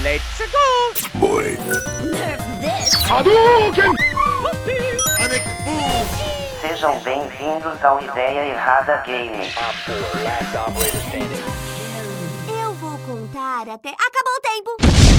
Let's go! Boy. Nerf this! Hadouken! Sejam bem-vindos ao Ideia Errada Game. Eu vou contar até... Acabou o tempo!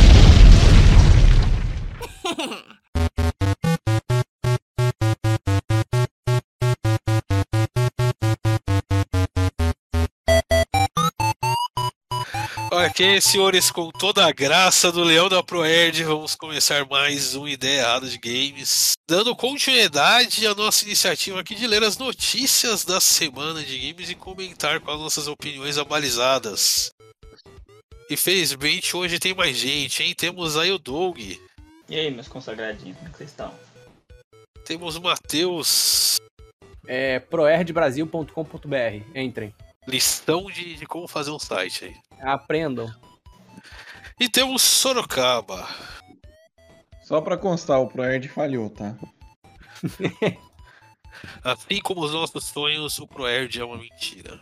Ok, senhores, com toda a graça do Leão da ProErd, vamos começar mais um Ideia Errada de Games, dando continuidade à nossa iniciativa aqui de ler as notícias da semana de games e comentar com as nossas opiniões abalizadas. Infelizmente, hoje tem mais gente, hein? Temos aí o Doug. E aí, meus consagradinhos, como é que vocês estão? Temos o Matheus. proerdbrasil.com.br. Entrem. Listão de como fazer um site aí. Aprendam. E temos Sorocaba. Só pra constar, o ProErd falhou, tá? Assim como os nossos sonhos, o ProErd é uma mentira.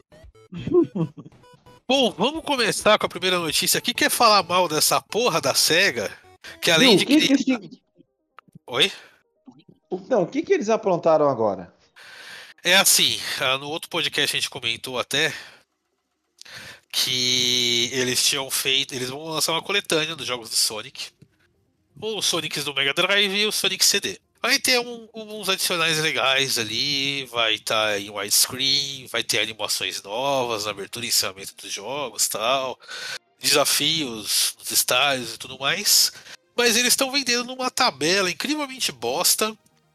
Bom, vamos começar com a primeira notícia aqui. Quer falar mal dessa porra da SEGA? Que além de criar... Oi? Não, o que eles aprontaram agora? É assim, no outro podcast a gente comentou até que eles tinham feito... Eles vão lançar uma coletânea dos jogos do Sonic. Os Sonics do Mega Drive e o Sonic CD. Vai ter uns adicionais legais ali, vai estar em widescreen, vai ter animações novas na abertura e encerramento dos jogos, tal, desafios nos estádios e tudo mais. Mas eles estão vendendo numa tabela incrivelmente bosta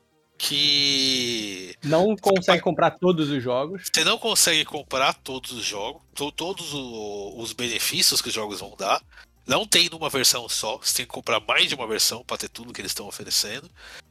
que não consegue comprar todos os jogos. Você não consegue comprar todos os jogos, todos os benefícios que os jogos vão dar. Não tem numa versão só, você tem que comprar mais de uma versão para ter tudo que eles estão oferecendo.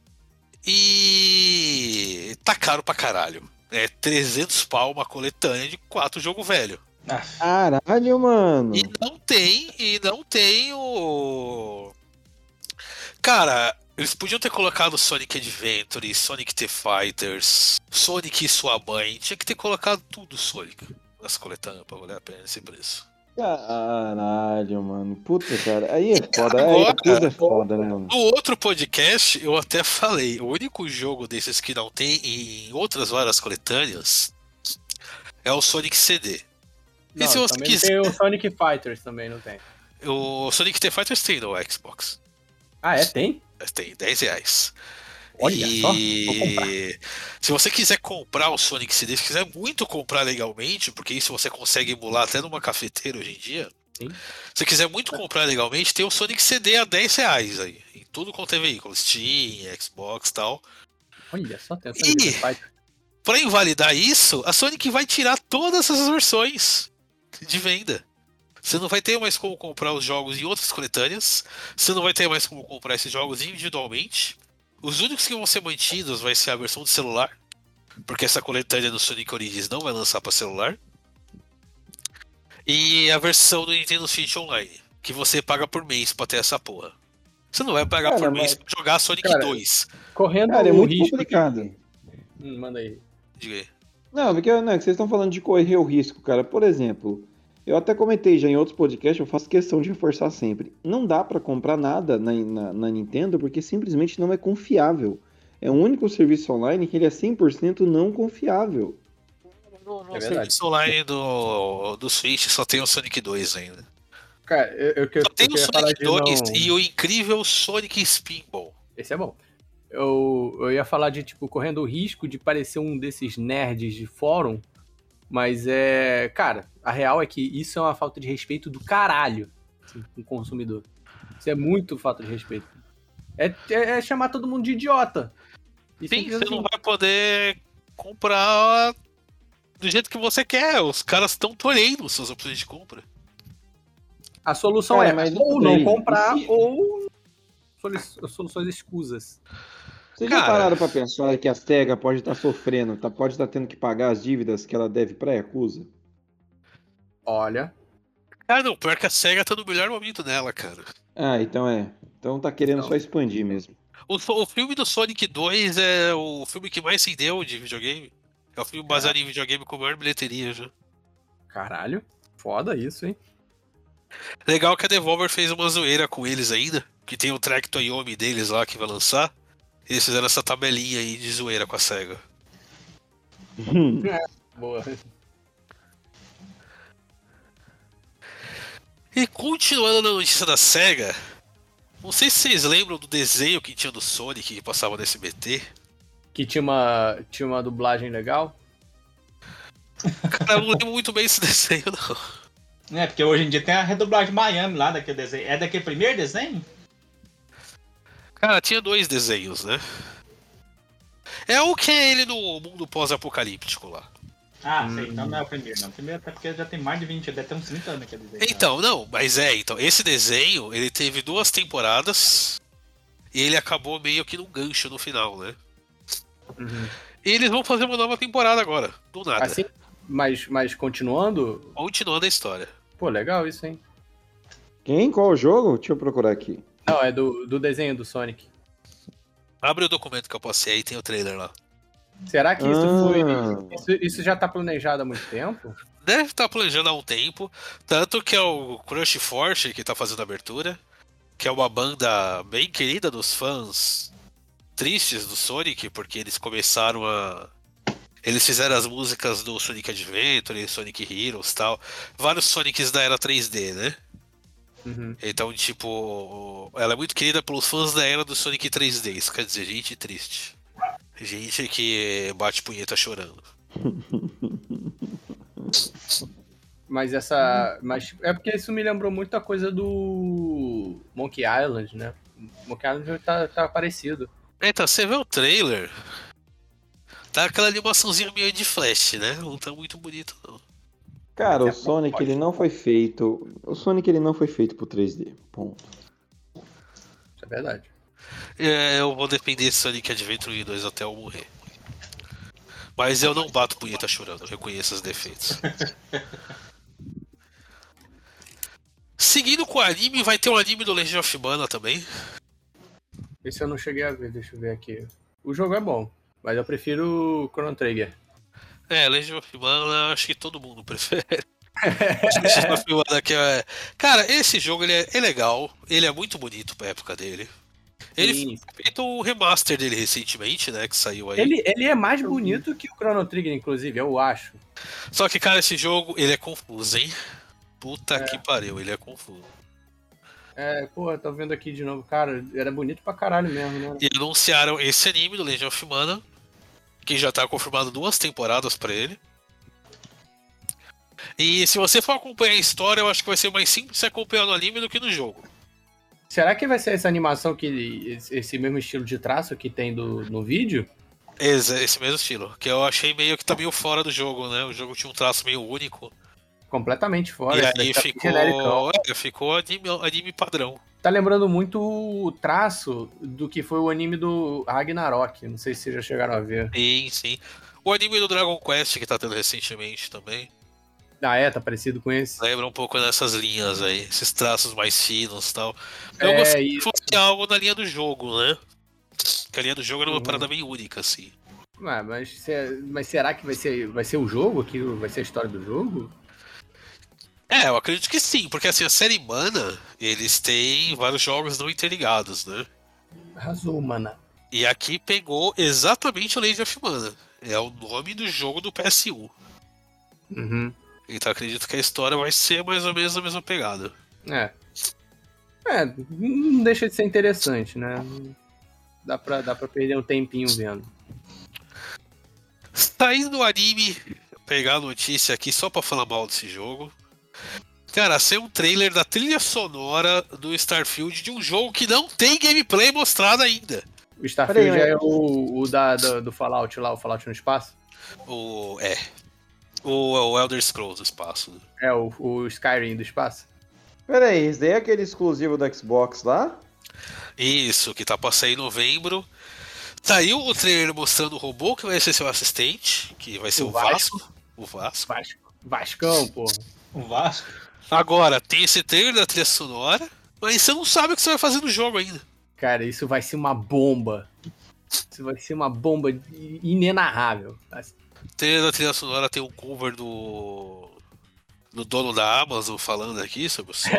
E tá caro pra caralho. É 300 pau uma coletânea de 4 jogos velho. Caralho, mano. E não tem o... Cara, eles podiam ter colocado Sonic Adventure, Sonic The Fighters, Sonic e sua mãe. Tinha que ter colocado tudo Sonic nessa coletânea pra valer a pena esse preço. Caralho, mano. Puta, cara. Aí é foda. Agora, aí tudo é foda, né, mano? No outro podcast, eu até falei, o único jogo desses que não tem em outras várias coletâneas é o Sonic CD. Não, e se você também quiser... tem o Sonic Fighters, também não tem. O Sonic The Fighters tem no Xbox. Ah, tem? Tem, R$10. Olha só, vou comprar. Se você quiser comprar o Sonic CD, se quiser muito comprar legalmente, porque isso você consegue emular até numa cafeteira hoje em dia. Sim. Se você quiser muito comprar legalmente, tem o Sonic CD a R$10 aí. Em tudo quanto é veículo, Steam, Xbox e tal. Olha só, tem o Sonic The Fighters. Pra invalidar isso, a Sonic vai tirar todas essas versões de venda. Você não vai ter mais como comprar os jogos em outras coletâneas. Você não vai ter mais como comprar esses jogos individualmente. Os únicos que vão ser mantidos vai ser a versão de celular, porque essa coletânea do Sonic Origins não vai lançar para celular. E a versão do Nintendo Switch Online, que você paga por mês para ter essa porra. Você não vai pagar por mês pra jogar Sonic 2. Correndo Cara, é o muito risco... complicado. Manda aí. Diga aí. Não, porque que vocês estão falando de correr o risco, cara. Por exemplo, eu até comentei já em outros podcasts, eu faço questão de reforçar sempre. Não dá pra comprar nada na Nintendo porque simplesmente não é confiável. É o único serviço online que ele é 100% não confiável. No serviço online do Switch só tem o Sonic 2 ainda. Cara, Só tem o Sonic 2 e o incrível Sonic Spinball. Esse é bom. Eu ia falar de, tipo, correndo o risco de parecer um desses nerds de fórum, mas cara, a real é que isso é uma falta de respeito do caralho, assim, com o consumidor. Isso é muito falta de respeito. É chamar todo mundo de idiota. E sim, você assim, não vai poder comprar do jeito que você quer. Os caras estão tolhendo suas opções de compra. A solução mas ou não comprar, e se- ou soluções escusas. Vocês Cara, já pararam pra pensar que a SEGA pode estar sofrendo, pode estar tendo que pagar as dívidas que ela deve pra Yakuza? Olha, Cara, não, pior que a SEGA tá no melhor momento dela, cara. Ah, então é. Então tá querendo só expandir mesmo. O filme do Sonic 2 é o filme que mais rendeu de videogame. É o filme baseado em videogame com maior bilheteria já. caralho, foda isso, hein? Legal que a Devolver fez uma zoeira com eles ainda, que tem o track Toyomi deles lá que vai lançar. E eles fizeram essa tabelinha aí de zoeira com a SEGA. Boa. E continuando na notícia da SEGA, não sei se vocês lembram do desenho que tinha do Sonic que passava no SBT. Que tinha uma dublagem legal. Cara, eu não lembro muito bem esse desenho, não. É, porque hoje em dia tem a redublagem de Miami lá daquele desenho. É daquele primeiro desenho? Cara, tinha 2 desenhos, né? É o que é ele no mundo pós-apocalíptico lá. Ah, sei, então não é o primeiro, não. O primeiro até porque já tem mais de 20, deve ter uns 30 anos aquele desenho. Então, não, mas então, esse desenho, ele teve 2 temporadas e ele acabou meio que num gancho no final, né? Uhum. E eles vão fazer uma nova temporada agora, do nada. Assim, mas continuando. Continuando a história. Pô, legal isso, hein? Quem? Qual o jogo? Deixa eu procurar aqui. Não, é do desenho do Sonic. Abre o documento que eu passei aí, tem o trailer lá. Será que isso já tá planejado há muito tempo? Deve estar planejando há um tempo, tanto que é o Crush Force que tá fazendo a abertura, que é uma banda bem querida dos fãs tristes do Sonic, porque eles começaram a... Eles fizeram as músicas do Sonic Adventure, Sonic Heroes e tal. Vários Sonics da era 3D, né? Uhum. Então, tipo, ela é muito querida pelos fãs da era do Sonic 3D. Isso quer dizer, gente triste. Gente que bate punheta chorando. Mas é porque isso me lembrou muito a coisa do Monkey Island, né? Monkey Island tá parecido. Então, você vê o trailer, tá aquela animaçãozinha meio de flash, né? Não tá muito bonito, não. Cara, o Sonic ele não foi feito. O Sonic ele não foi feito pro 3D. Ponto. Isso é verdade. Eu vou defender Sonic Adventure 2 até eu morrer. Mas eu não bato punheta chorando, eu reconheço os defeitos. Seguindo com o anime, vai ter um anime do Legend of Mana também. Esse eu não cheguei a ver, deixa eu ver aqui. O jogo é bom, mas eu prefiro o Chrono Trigger. Legend of Mana, acho que todo mundo prefere. Legend of Mana que é... Cara, esse jogo ele é legal, ele é muito bonito pra época dele. Ele fez o remaster dele recentemente, né, que saiu aí. Ele é mais bonito que o Chrono Trigger, inclusive, eu acho. Só que, cara, esse jogo, ele é confuso, hein? Puta que pariu, ele é confuso. Pô, tô vendo aqui de novo, cara, era bonito pra caralho mesmo, né? E anunciaram esse anime do Legend of Mana, que já tá confirmado 2 temporadas pra ele. E se você for acompanhar a história, eu acho que vai ser mais simples você acompanhar no anime do que no jogo. Será que vai ser essa animação, esse mesmo estilo de traço que tem no vídeo? Esse mesmo estilo, que eu achei meio que tá meio fora do jogo, né? O jogo tinha um traço meio único. Completamente fora. E aí ficou anime padrão. Tá lembrando muito o traço do que foi o anime do Ragnarok. Não sei se vocês já chegaram a ver. Sim. O anime do Dragon Quest que tá tendo recentemente também. Tá parecido com esse. Lembra um pouco dessas linhas aí, esses traços mais finos e tal. Eu gostei que fosse algo na linha do jogo, né? Que a linha do jogo era uma parada bem única, assim. Mas será que vai ser o jogo? Aquilo vai ser a história do jogo? Eu acredito que sim, porque assim, a série Mana, eles têm vários jogos não interligados, né? Arrasou, mana. E aqui pegou exatamente o Legend of Mana. É o nome do jogo do PS1. Uhum. Então acredito que a história vai ser mais ou menos a mesma pegada. Não deixa de ser interessante, né? Dá pra perder um tempinho vendo. Saindo do anime, pegar a notícia aqui só pra falar mal desse jogo. Cara, saiu um trailer da trilha sonora do Starfield de um jogo que não tem gameplay mostrado ainda. O Starfield é o do Fallout lá, o Fallout no espaço? O Elder Scrolls do espaço. É, o Skyrim do espaço? Pera aí, esse daí é aquele exclusivo do Xbox lá? Isso, que tá pra sair em novembro. Saiu o trailer mostrando o robô que vai ser seu assistente, que vai ser o Vasco. O Vasco. Vascão, porra. O Vasco? Agora, tem esse trailer da trilha sonora, mas você não sabe o que você vai fazer no jogo ainda. Cara, isso vai ser uma bomba. Isso vai ser uma bomba inenarrável. O trailer da trilha sonora tem um cover do do dono da Amazon falando aqui sobre o som.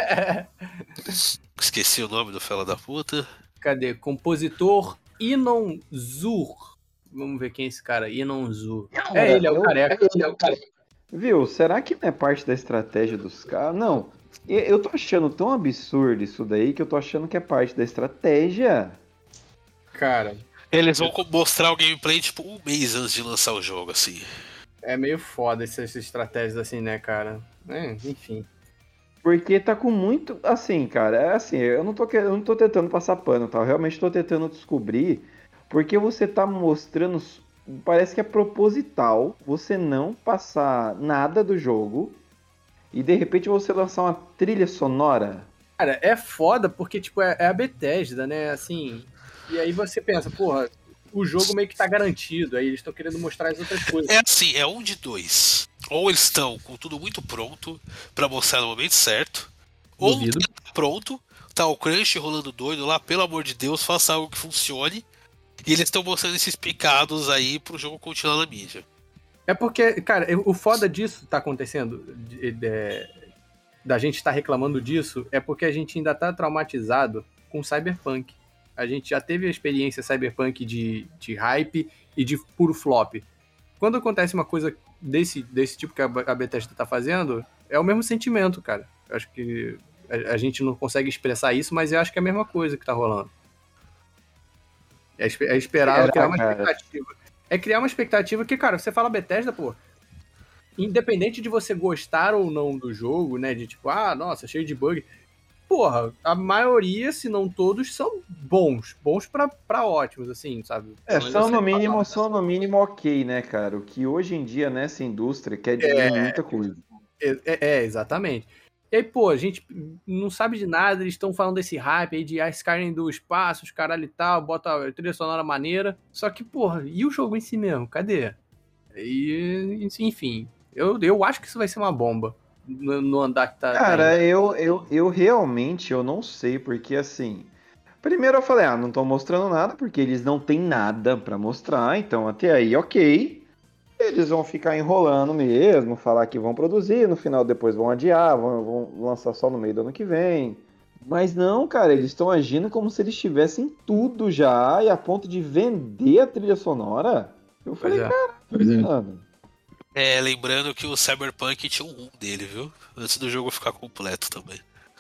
Esqueci o nome do fela da puta. Cadê? Compositor Inon Zur. Vamos ver quem é esse cara, Inon Zur. É ele, é o careca. Viu? Será que não é parte da estratégia dos caras? Não. Eu tô achando tão absurdo isso daí que eu tô achando que é parte da estratégia. Cara, Eles vão mostrar o gameplay tipo um mês antes de lançar o jogo, assim. é meio foda essas estratégias assim, né, cara? Enfim. Porque tá com muito. Assim, cara, é assim, eu não tô tentando passar pano, tá? Eu realmente tô tentando descobrir porque você tá mostrando. Parece que é proposital você não passar nada do jogo e de repente você lançar uma trilha sonora. Cara, é foda porque, tipo, é a Bethesda, né? Assim. E aí você pensa, porra, o jogo meio que tá garantido. Aí eles estão querendo mostrar as outras coisas. É assim, é um de dois. Ou eles estão com tudo muito pronto pra mostrar no momento certo, ou Duvido. não tá pronto, tá o crunch rolando doido lá, pelo amor de Deus, faça algo que funcione. E eles estão mostrando esses picados aí pro jogo continuar na mídia. É porque, cara, o foda disso tá acontecendo, da gente estar reclamando disso, é porque a gente ainda tá traumatizado com Cyberpunk. A gente já teve a experiência Cyberpunk de hype e de puro flop. Quando acontece uma coisa desse tipo que a Bethesda tá fazendo, é o mesmo sentimento, cara. Eu acho que a gente não consegue expressar isso, mas eu acho que é a mesma coisa que tá rolando. É esperar criar uma expectativa. É criar uma expectativa que, cara, você fala Bethesda, pô, independente de você gostar ou não do jogo, né, de tipo, nossa, cheio de bug, porra, a maioria, se não todos, são bons pra ótimos, assim, sabe? São no mínimo ok, né, cara? O que hoje em dia nessa indústria quer dizer muita coisa. Exatamente. E aí, pô, a gente não sabe de nada, eles estão falando desse hype aí de Skyrim do espaço, os caralho e tal, bota a trilha sonora maneira. Só que, porra, e o jogo em si mesmo? Cadê? E, enfim, eu acho que isso vai ser uma bomba no andar que tá. Cara, eu realmente eu não sei, porque assim. Primeiro eu falei, não estão mostrando nada, porque eles não têm nada pra mostrar, então até aí ok. Eles vão ficar enrolando mesmo, falar que vão produzir, no final depois vão adiar, vão lançar só no meio do ano que vem. Mas não, cara, eles estão agindo como se eles tivessem tudo já, e a ponto de vender a trilha sonora. Eu falei, mano. Lembrando que o Cyberpunk tinha um dele, viu? Antes do jogo ficar completo também.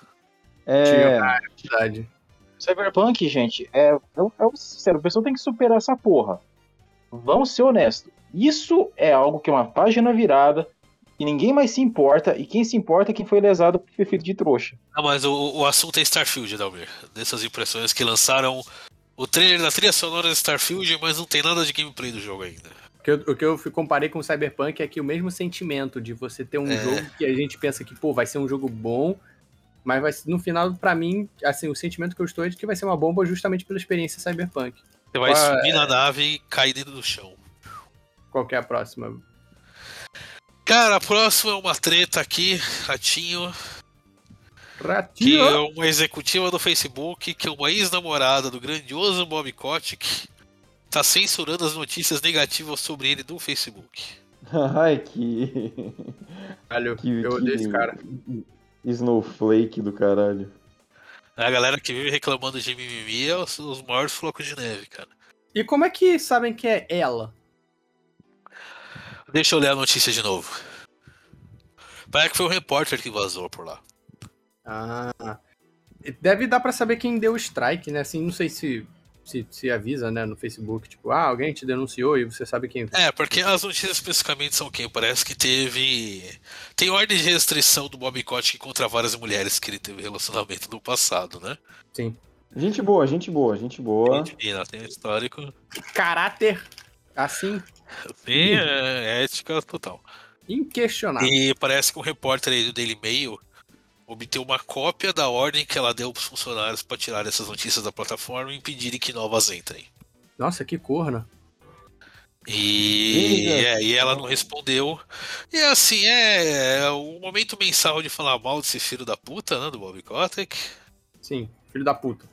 Verdade. Cyberpunk, gente, sério, o pessoal tem que superar essa porra. Vamos ser honestos. Isso é algo que é uma página virada, e ninguém mais se importa, e quem se importa é quem foi lesado por ser filho de trouxa. Mas o assunto é Starfield, Dalmir. Dessas impressões que lançaram o trailer da trilha sonora de Starfield, mas não tem nada de gameplay do jogo ainda. O que eu comparei com o Cyberpunk é que o mesmo sentimento de você ter um jogo que a gente pensa que, pô, vai ser um jogo bom, mas no final, pra mim, assim, o sentimento que eu estou é de que vai ser uma bomba justamente pela experiência Cyberpunk. Você vai subir na nave e cair dentro do chão. Qual que é a próxima? Cara, a próxima é uma treta aqui, Ratinho. Que é uma executiva do Facebook, que é uma ex-namorada do grandioso Bob Kotick, tá censurando as notícias negativas sobre ele no Facebook. Ai, que... Caralho, eu odeio esse cara. Snowflake do caralho. A galera que vive reclamando de mimimi é os maiores flocos de neve, cara. E como é que sabem que é ela? Deixa eu ler a notícia de novo. Parece que foi um repórter que vazou por lá. Deve dar pra saber quem deu o strike, né? Assim, não sei se avisa, né, no Facebook, tipo, alguém te denunciou e você sabe quem... Porque as notícias especificamente são quem? Parece que tem ordem de restrição do Bob Kotick contra várias mulheres que ele teve relacionamento no passado, né? Sim. Gente boa. Gente fina, tem histórico. Caráter, assim... Tem ética total. Inquestionável. E parece que um repórter aí do Daily Mail obteve uma cópia da ordem que ela deu para os funcionários para tirar essas notícias da plataforma e impedirem que novas entrem. Nossa, que corna. E ela não respondeu. E assim, o momento mensal de falar mal desse filho da puta, né, do Bob Kotick. Sim, filho da puta.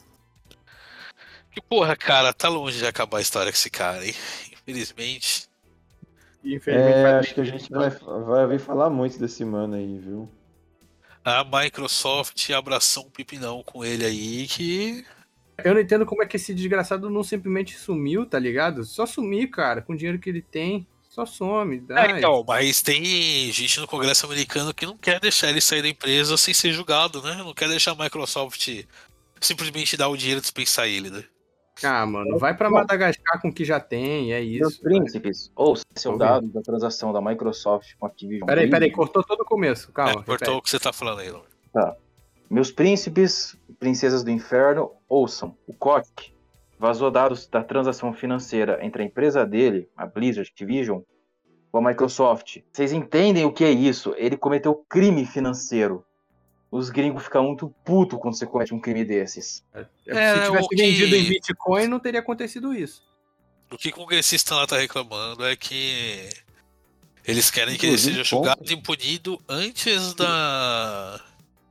Que porra, cara, tá longe de acabar a história com esse cara, hein? Infelizmente. Infelizmente vai Acho que a gente vai ouvir falar muito desse mano aí, viu? A Microsoft abraçou um pipinão com ele aí que. Eu não entendo como é que esse desgraçado não simplesmente sumiu, tá ligado? Só sumir, cara, com o dinheiro que ele tem. Só some. Então, mas tem gente no Congresso americano que não quer deixar ele sair da empresa sem ser julgado, né? Não quer deixar a Microsoft simplesmente dar o dinheiro e dispensar ele, né? Ah, mano, vai pra Madagascar com o que já tem, é Meus isso. príncipes, ou seu dado da transação da Microsoft com a Activision. Peraí, cortou todo o começo, calma. Cortou o que você tá falando aí, Laura. Tá. Meus príncipes, princesas do inferno, ouçam. O Kotick vazou dados da transação financeira entre a empresa dele, a Blizzard Activision, com a Microsoft. Vocês entendem o que é isso? Ele cometeu crime financeiro. Os gringos ficam muito putos quando você comete um crime desses. Se tivesse vendido em Bitcoin, não teria acontecido isso. O que o congressista lá tá reclamando é que eles querem que ele seja julgado e punido antes da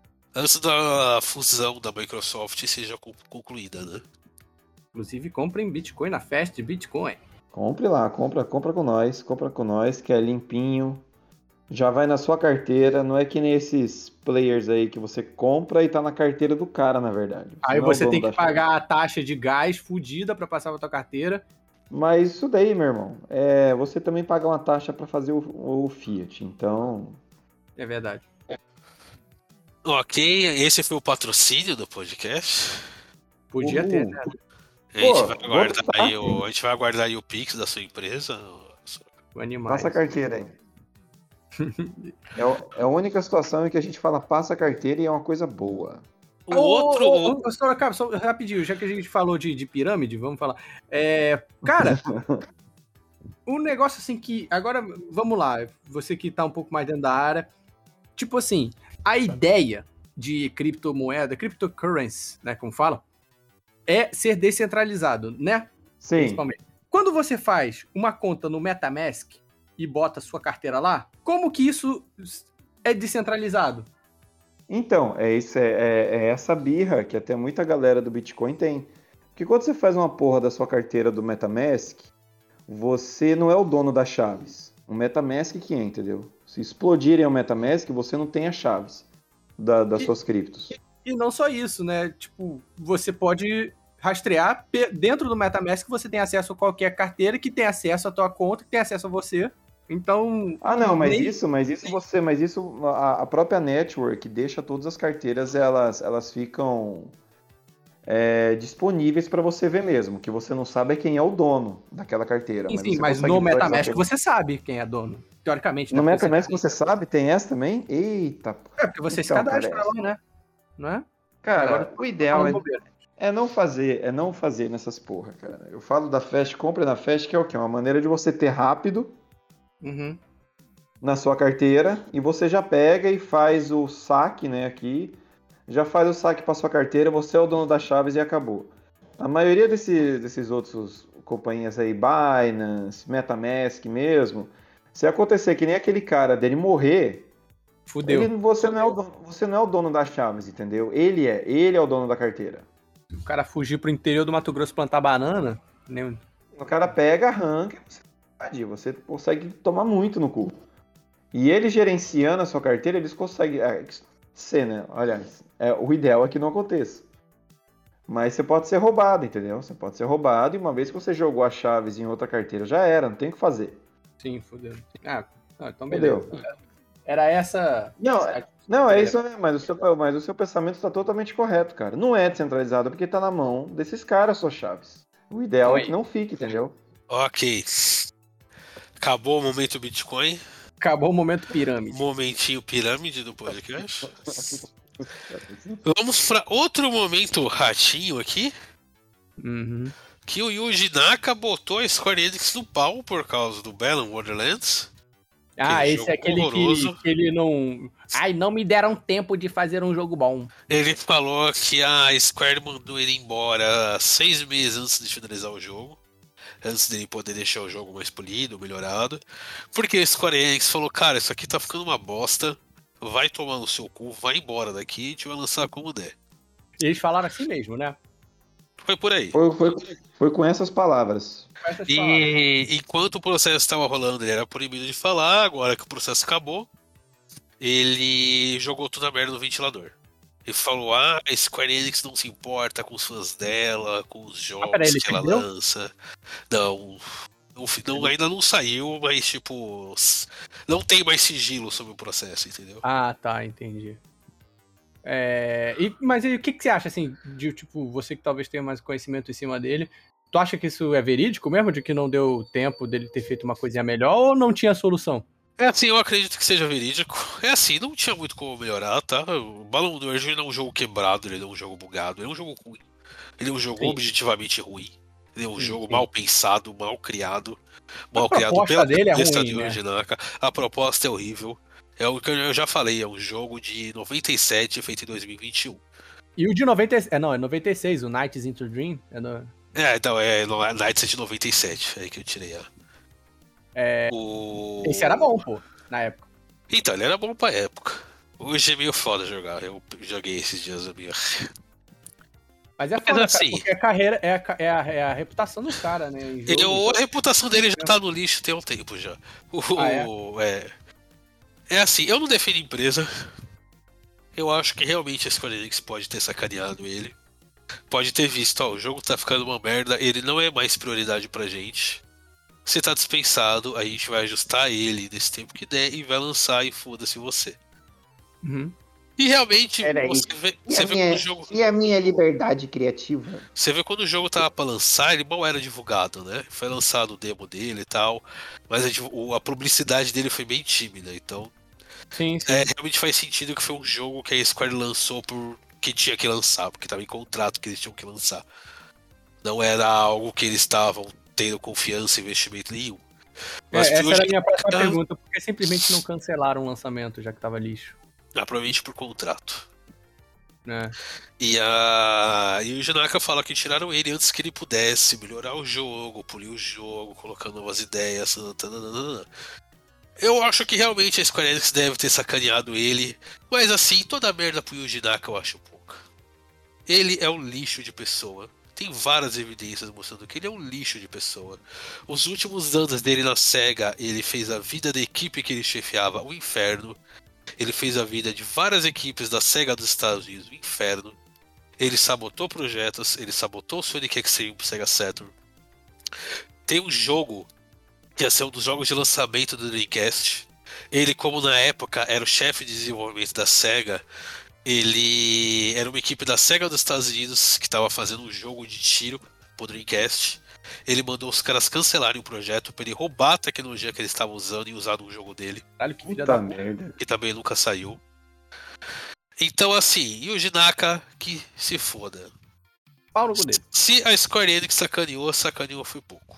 fusão da Microsoft seja concluída, né? Inclusive, comprem Bitcoin na festa de Bitcoin. Compre lá, compra com nós, que é limpinho. Já vai na sua carteira, não é que nem esses players aí que você compra e tá na carteira do cara, na verdade. Aí você tem que pagar a taxa de gás fodida pra passar pra tua carteira. Mas isso daí, meu irmão, você também paga uma taxa pra fazer o Fiat, então... É verdade. Ok, esse foi o patrocínio do podcast. Podia ter, né? A gente vai aguardar aí o Pix da sua empresa. Passa a carteira aí. É a única situação em que a gente fala passa a carteira e é uma coisa boa. Só rapidinho, já que a gente falou de pirâmide, vamos falar. Cara, um negócio assim que... Agora, vamos lá, você que tá um pouco mais dentro da área. Tipo assim, a ideia de criptomoeda, cryptocurrency, né, como fala, é ser descentralizado, né? Sim. Principalmente. Quando você faz uma conta no MetaMask e bota sua carteira lá, como que isso é descentralizado? Então, é essa birra que até muita galera do Bitcoin tem. Porque quando você faz uma porra da sua carteira do MetaMask, você não é o dono das chaves. O MetaMask que é, entendeu? Se explodirem o MetaMask, você não tem as chaves das suas criptos. E não só isso, né? Tipo, você pode rastrear dentro do MetaMask, você tem acesso a qualquer carteira que tem acesso à tua conta, que tem acesso a você. Então... a própria network deixa todas as carteiras, elas ficam disponíveis para você ver mesmo. Que você não sabe quem é o dono daquela carteira. Mas no MetaMask você sabe quem é dono. Teoricamente. No MetaMask você sabe? Tem essa também? Eita. Porque você se cadastra lá, né? Não é? Cara, agora, o ideal é não fazer nessas porra, cara. Eu falo da Fast, compra na Fast, que é o quê? Uma maneira de você ter rápido na sua carteira e você já pega e faz o saque, né, aqui. Já faz o saque para sua carteira, você é o dono das chaves e acabou. A maioria desses outros companhias aí, Binance, MetaMask mesmo, se acontecer que nem aquele cara dele morrer, fudeu. Você não é o dono das chaves, entendeu? Ele é o dono da carteira. Se o cara fugir pro interior do Mato Grosso plantar banana, o cara pega, arranca, você consegue tomar muito no cu. E ele gerenciando a sua carteira, eles conseguem ser, né? Aliás, o ideal é que não aconteça. Mas você pode ser roubado, entendeu? Você pode ser roubado e uma vez que você jogou as chaves em outra carteira, já era, não tem o que fazer. Sim, fudeu. Então beleza. Fudeu. Era essa... Não, é isso, né? Mas o seu pensamento está totalmente correto, cara. Não é descentralizado porque tá na mão desses caras suas chaves. O ideal é que não fique, entendeu? Ok. Acabou o momento Bitcoin. Acabou o momento pirâmide. Momentinho pirâmide do podcast. Vamos para outro momento ratinho aqui. Que o Yuji Naka botou a Square Enix no pau por causa do Balan Borderlands. Esse é aquele que ele não... não me deram tempo de fazer um jogo bom. Ele falou que a Square mandou ele embora 6 meses antes de finalizar o jogo. Antes dele poder deixar o jogo mais polido, melhorado. Porque a Square Enix falou, cara, isso aqui tá ficando uma bosta. Vai tomar no seu cu, vai embora daqui e a gente vai lançar como der. E eles falaram assim mesmo, né? Foi por aí. Foi com essas palavras. E enquanto o processo estava rolando, ele era proibido de falar. Agora que o processo acabou, ele jogou toda a merda no ventilador. Ele falou: a Square Enix não se importa com os fãs dela, com os jogos que ela lança. Não, ainda não saiu, mas tipo, não tem mais sigilo sobre o processo, entendeu? Ah, tá, entendi. Mas e o que você acha, assim, de tipo, você que talvez tenha mais conhecimento em cima dele, tu acha que isso é verídico mesmo, de que não deu tempo dele ter feito uma coisinha melhor, ou não tinha solução? É assim, eu acredito que seja verídico. É assim, não tinha muito como melhorar, tá? O Balloon Origin não é um jogo quebrado, ele não é um jogo bugado, ele é um jogo ruim. Ele é um jogo objetivamente ruim. Ele é um jogo mal pensado, mal criado. Mal criado pela dele é cabeça ruim, de né? Naka. A proposta é horrível. É o que eu já falei, é um jogo de 97 feito em 2021. E o de 96, o Nights into Dream. Então, é Nights de 97, aí que eu tirei ela. Esse era bom, pô, na época. Então, ele era bom pra época. Hoje é meio foda jogar, eu joguei esses dias a minha. Mas é foda, assim, cara, porque a carreira é a reputação do cara, né? A reputação dele já tá no lixo tem um tempo já. É assim, eu não defino empresa. Eu acho que realmente a Square Enix pode ter sacaneado ele. Pode ter visto, o jogo tá ficando uma merda, ele não é mais prioridade pra gente. Você tá dispensado, a gente vai ajustar ele nesse tempo que der e vai lançar e foda-se você. Uhum. E realmente, você vê quando o jogo... E a minha liberdade criativa? Você vê quando o jogo tava pra lançar, ele mal era divulgado, né? Foi lançado o demo dele e tal, mas a publicidade dele foi bem tímida, então... Sim. Realmente faz sentido que foi um jogo que a Square lançou porque tinha que lançar, porque tava em contrato que eles tinham que lançar. Não era algo que eles estavam tendo confiança e investimento nenhum. Mas essa era a minha próxima pergunta, por que simplesmente não cancelaram o lançamento, já que tava lixo? Provavelmente por contrato. É. E o Jinaka fala que tiraram ele antes que ele pudesse melhorar o jogo, polir o jogo, colocando novas ideias. Eu acho que realmente a Square Enix deve ter sacaneado ele, mas assim, toda a merda pro Yuji Naka eu acho pouca. Ele é um lixo de pessoa. Tem várias evidências mostrando que ele é um lixo de pessoa. Os últimos anos dele na SEGA, ele fez a vida da equipe que ele chefiava um inferno. Ele fez a vida de várias equipes da SEGA dos Estados Unidos um inferno. Ele sabotou projetos, ele sabotou o Sonic X-Treme pro Sega Saturn. Tem um jogo que ia ser um dos jogos de lançamento do Dreamcast. Ele, como na época era o chefe de desenvolvimento da SEGA, ele era uma equipe da SEGA dos Estados Unidos que estava fazendo um jogo de tiro pro Dreamcast. Ele mandou os caras cancelarem o projeto para ele roubar a tecnologia que eles estavam usando e usar no jogo dele. Caralho, que filha da merda. Que também nunca saiu. Então, assim, Yuji Naka que se foda. Pau no cu dele. Se a Square Enix sacaneou foi pouco.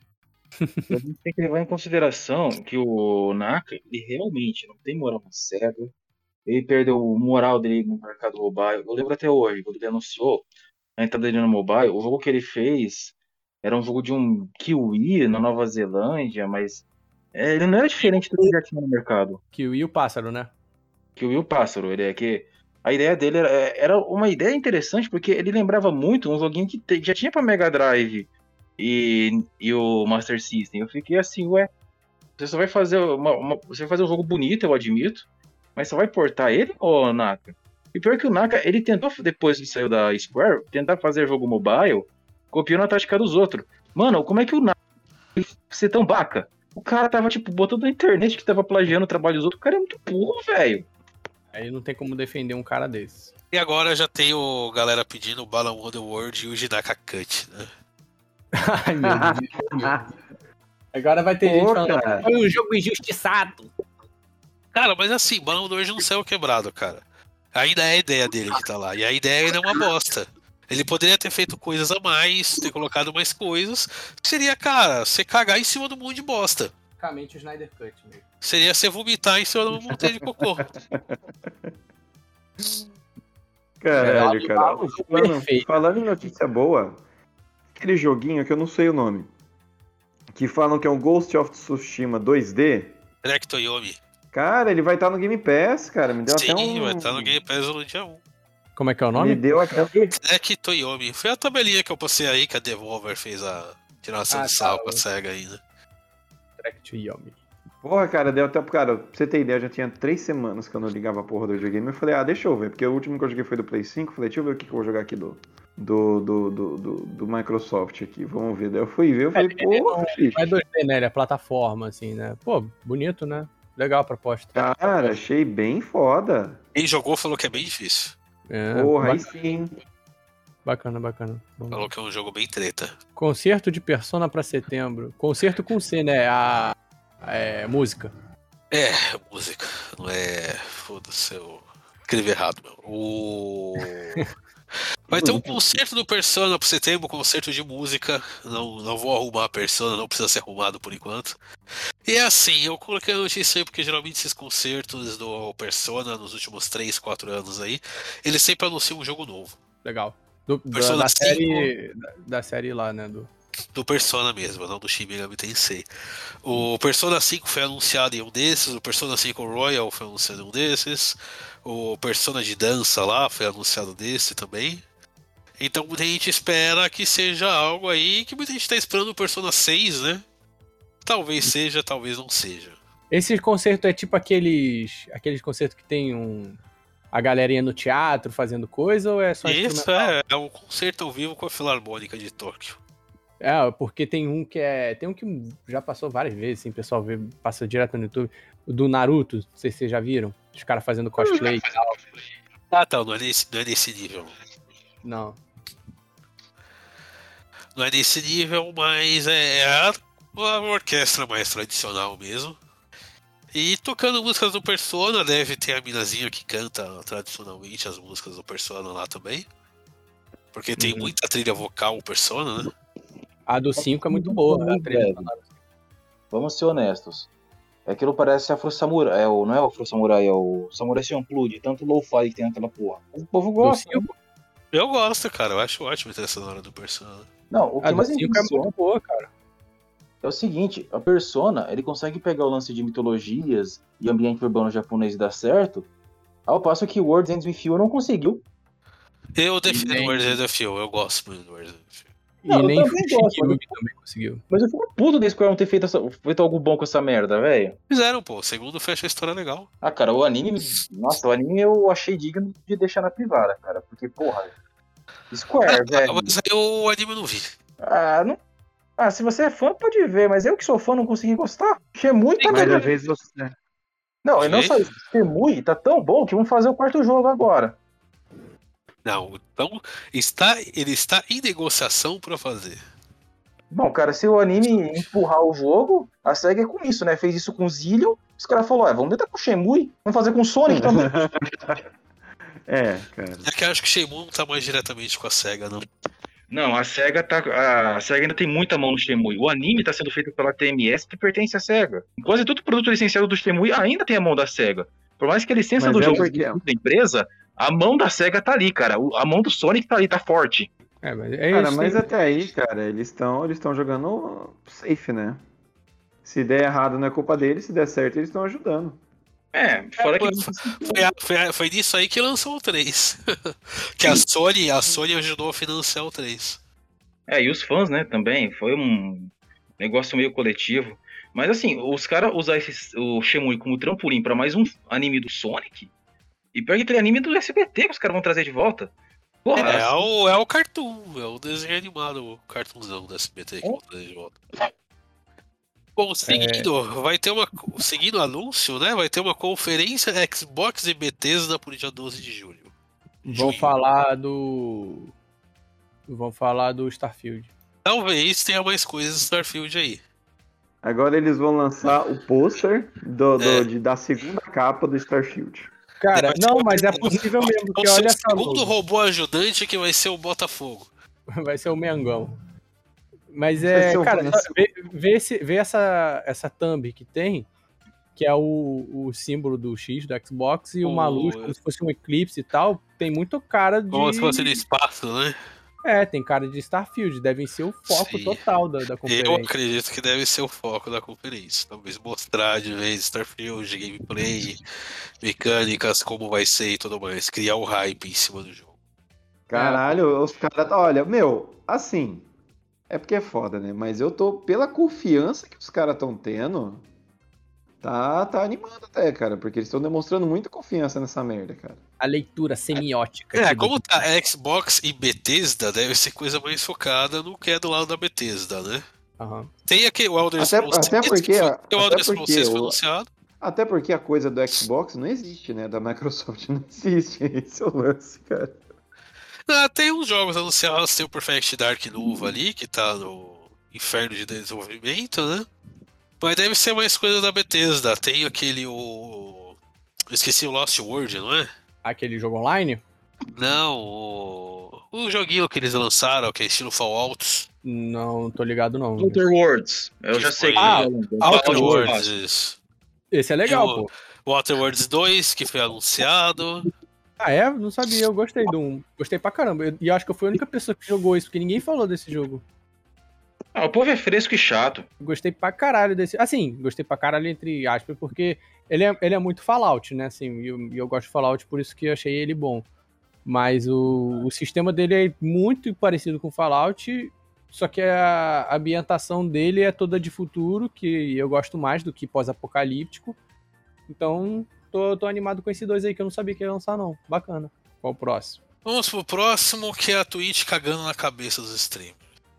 A gente tem que levar em consideração que o Naka, ele realmente não tem moral na SEGA. Ele perdeu o moral dele no mercado mobile. Eu lembro até hoje, quando ele anunciou a entrada dele no mobile, o jogo que ele fez era um jogo de um Kiwi na Nova Zelândia, mas ele não era diferente do que já tinha no mercado. Kiwi e o pássaro, né? Kiwi e o pássaro, a ideia dele era uma ideia interessante, porque ele lembrava muito um joguinho que já tinha pra Mega Drive e o Master System. Eu fiquei assim, você só vai fazer você vai fazer um jogo bonito, eu admito, mas você vai portar ele, ô Naka? E pior que o Naka, ele tentou, depois que saiu da Square, tentar fazer jogo mobile, copiando a tática dos outros. Mano, como é que o Naka ser tão baca? O cara tava, botando na internet que tava plagiando o trabalho dos outros. O cara é muito burro, velho. Aí não tem como defender um cara desse. E agora já tem galera pedindo o Balan Wonderworld e o Jinaka Cut, né? Ai, meu Deus. Agora vai ter gente falando, foi um jogo injustiçado. Cara, mas assim, Balan Wonderworld não saiu quebrado, cara. Ainda é a ideia dele que tá lá. E a ideia ainda é uma bosta. Ele poderia ter feito coisas a mais, ter colocado mais coisas. Seria, cara, você cagar em cima do mundo de bosta. Basicamente o Snyder Cut mesmo. Seria você vomitar em cima de uma montanha de cocô. Caralho, cara. Falando em notícia boa, aquele joguinho que eu não sei o nome, que falam que é um Ghost of Tsushima 2D. Rectoyomi. Cara, ele vai estar no Game Pass, cara. Me deu Sim, até um... vai estar no Game Pass no dia 1. Como é que é o Ele nome? deu aquela... Snake Toyomi. Foi a tabelinha que eu passei aí que a Devolver fez a tiração de sarro com a SEGA ainda. Track to Yomi. Porra, cara, deu até... Cara, pra você ter ideia, já tinha 3 semanas que eu não ligava a porra do videogame. Eu falei, deixa eu ver, porque o último que eu joguei foi do Play 5. Falei, deixa eu ver o que eu vou jogar aqui do Microsoft aqui. Vamos ver. Daí eu fui ver, eu falei, porra, bicho. É 2D, né? Ele é plataforma, assim, né? Pô, bonito, né? Legal a proposta. Cara, achei bem foda. Quem jogou falou que é bem difícil. Porra, aí sim. Bacana. Falou que é um jogo bem treta. Concerto de Persona pra setembro. Concerto com C, né? Música. Música. Não é. Foda-se, eu escrevi errado, meu. Vai ter um concerto do Persona pra setembro, um concerto de música. Não vou arrumar a Persona, não precisa ser arrumado por enquanto. E é assim, eu coloquei a notícia aí porque geralmente esses concertos do Persona nos últimos 3, 4 anos aí, eles sempre anunciam um jogo novo. Legal. Persona 5, da série lá, né? do Persona mesmo, não do Shin Megami Tensei. O Persona 5 foi anunciado em um desses, o Persona 5 Royal foi anunciado em um desses, o Persona de dança lá foi anunciado desse também. Então muita gente espera que seja algo aí que muita gente tá esperando o Persona 6, né? Talvez seja, talvez não seja. Esse concerto é tipo aqueles concertos que tem a galerinha no teatro fazendo coisa ou é só isso? É um concerto ao vivo com a Filarmônica de Tóquio. Porque tem um que já passou várias vezes, assim, o pessoal passa direto no YouTube, o do Naruto, não sei se vocês já viram, os caras fazendo cosplay e tal. Tá, não é nesse nível. Não. Não é nesse nível, mas é uma orquestra mais tradicional mesmo. E tocando músicas do Persona, deve ter a minazinha que canta tradicionalmente as músicas do Persona lá também. Porque tem muita trilha vocal o Persona, né? A do 5 é muito boa. Vamos ser honestos. Aquilo parece Afro Samurai. Não é o Afro Samurai, é o Samurai Champloo, de tanto lo-fi que tem naquela porra. O povo gosta. Eu gosto, cara. Eu acho ótimo a trilha sonora do Persona. Não, o que mais é muito boa, cara. É o seguinte, a Persona, ele consegue pegar o lance de mitologias e ambiente urbano japonês e dar certo, ao passo que Words Ends With You não conseguiu. Eu defendo o Words Ends With You, eu gosto muito do Words Ends With You. Não, e nem eu também gosto, também conseguiu. Mas eu fico puto da Square não ter feito algo bom com essa merda, velho. Fizeram, pô. O segundo fecha a história legal. Cara, o anime... Nossa, o anime eu achei digno de deixar na privada, cara. Porque, porra... Square, velho... Mas aí o anime eu não vi. Não... se você é fã, pode ver. Mas eu que sou fã não consegui gostar. Shemui tá... Mas às vezes você... Não, e não só isso. Shemui tá tão bom que vamos fazer o quarto jogo agora. Não, então ele está em negociação pra fazer. Bom, cara, se o anime empurrar o jogo, a SEGA é com isso, né? Fez isso com Zillion, os caras falaram, vamos tentar com o Shenmue, vamos fazer com o Sonic também. Cara. É que eu acho que o Shenmue não tá mais diretamente com a SEGA, não. Não, a SEGA ainda tem muita mão no Shenmue. O anime tá sendo feito pela TMS, que pertence à SEGA. Quase todo produto licenciado do Shenmue ainda tem a mão da SEGA. Por mais que a licença do jogo seja da empresa, a mão da SEGA tá ali, cara. A mão do Sonic tá ali, tá forte. Mas até aí, cara, eles estão jogando safe, né? Se der errado não é culpa deles, se der certo eles estão ajudando. Fora que... Foi nisso aí que lançou o 3. Que a Sony ajudou a financiar o 3. E os fãs, né, também. Foi um negócio meio coletivo. Mas assim, os caras usar o Shenmue como trampolim pra mais um anime do Sonic, e pior que aquele anime do SBT que os caras vão trazer de volta. Porra, é o Cartoon, é o desenho animado, o cartoonzão do SBT que vão trazer de volta. Bom, seguindo o anúncio, né? Vai ter uma conferência Xbox e Bethesda por dia 12 de julho. Vão falar do Starfield. Talvez tenha mais coisas do Starfield aí. Agora eles vão lançar o pôster da segunda capa do Starfield. Cara, mas é possível mesmo, porque olha essa logo. O segundo robô ajudante que vai ser o Botafogo. Vai ser o Mengão. Mas cara, vê essa thumb que tem, que é o símbolo do X do Xbox e uma luz como se fosse um eclipse e tal, tem muito cara de... Como se fosse no espaço, né? Tem cara de Starfield, devem ser o foco Sim. total da conferência. Eu acredito que deve ser o foco da conferência. Talvez mostrar de vez Starfield, gameplay, mecânicas, como vai ser e tudo mais. Criar um hype em cima do jogo. Caralho, os caras. Olha, meu, assim. É porque é foda, né? Mas eu tô, pela confiança que os caras estão tendo, tá animando até, cara. Porque eles estão demonstrando muita confiança nessa merda, cara. A leitura semiótica. Como tá Xbox e Bethesda, deve ser coisa mais focada no que é do lado da Bethesda, né? Uhum. Tem aqui o Elder Scrolls Até porque, o Elder Scrolls 6 foi anunciado. Até porque a coisa do Xbox não existe, né? Da Microsoft não existe. Esse é o lance, cara. Tem uns jogos anunciados, tem o Perfect Dark novo ali, que tá no inferno de desenvolvimento, né? Mas deve ser mais coisa da Bethesda. Tem aquele Eu esqueci o Lost World, não é? Aquele jogo online? Não, o joguinho que eles lançaram, que é estilo Fallout. Não tô ligado não. Outer Worlds. Eu já sei. Outer Worlds. Esse é legal, pô. O Outer Worlds 2, que foi anunciado. Não sabia, eu gostei do 1. Gostei pra caramba. E eu acho que eu fui a única pessoa que jogou isso, porque ninguém falou desse jogo. O povo é fresco e chato. Gostei pra caralho desse. Assim, gostei pra caralho entre aspas, porque ele é muito Fallout, né? Assim, e eu gosto de Fallout, por isso que eu achei ele bom. Mas o sistema dele é muito parecido com Fallout, só que a ambientação dele é toda de futuro, que eu gosto mais do que pós-apocalíptico. Então, tô animado com esses dois aí que eu não sabia que ia lançar, não. Bacana. Qual o próximo? Vamos pro próximo, que é a Twitch cagando na cabeça dos streamers.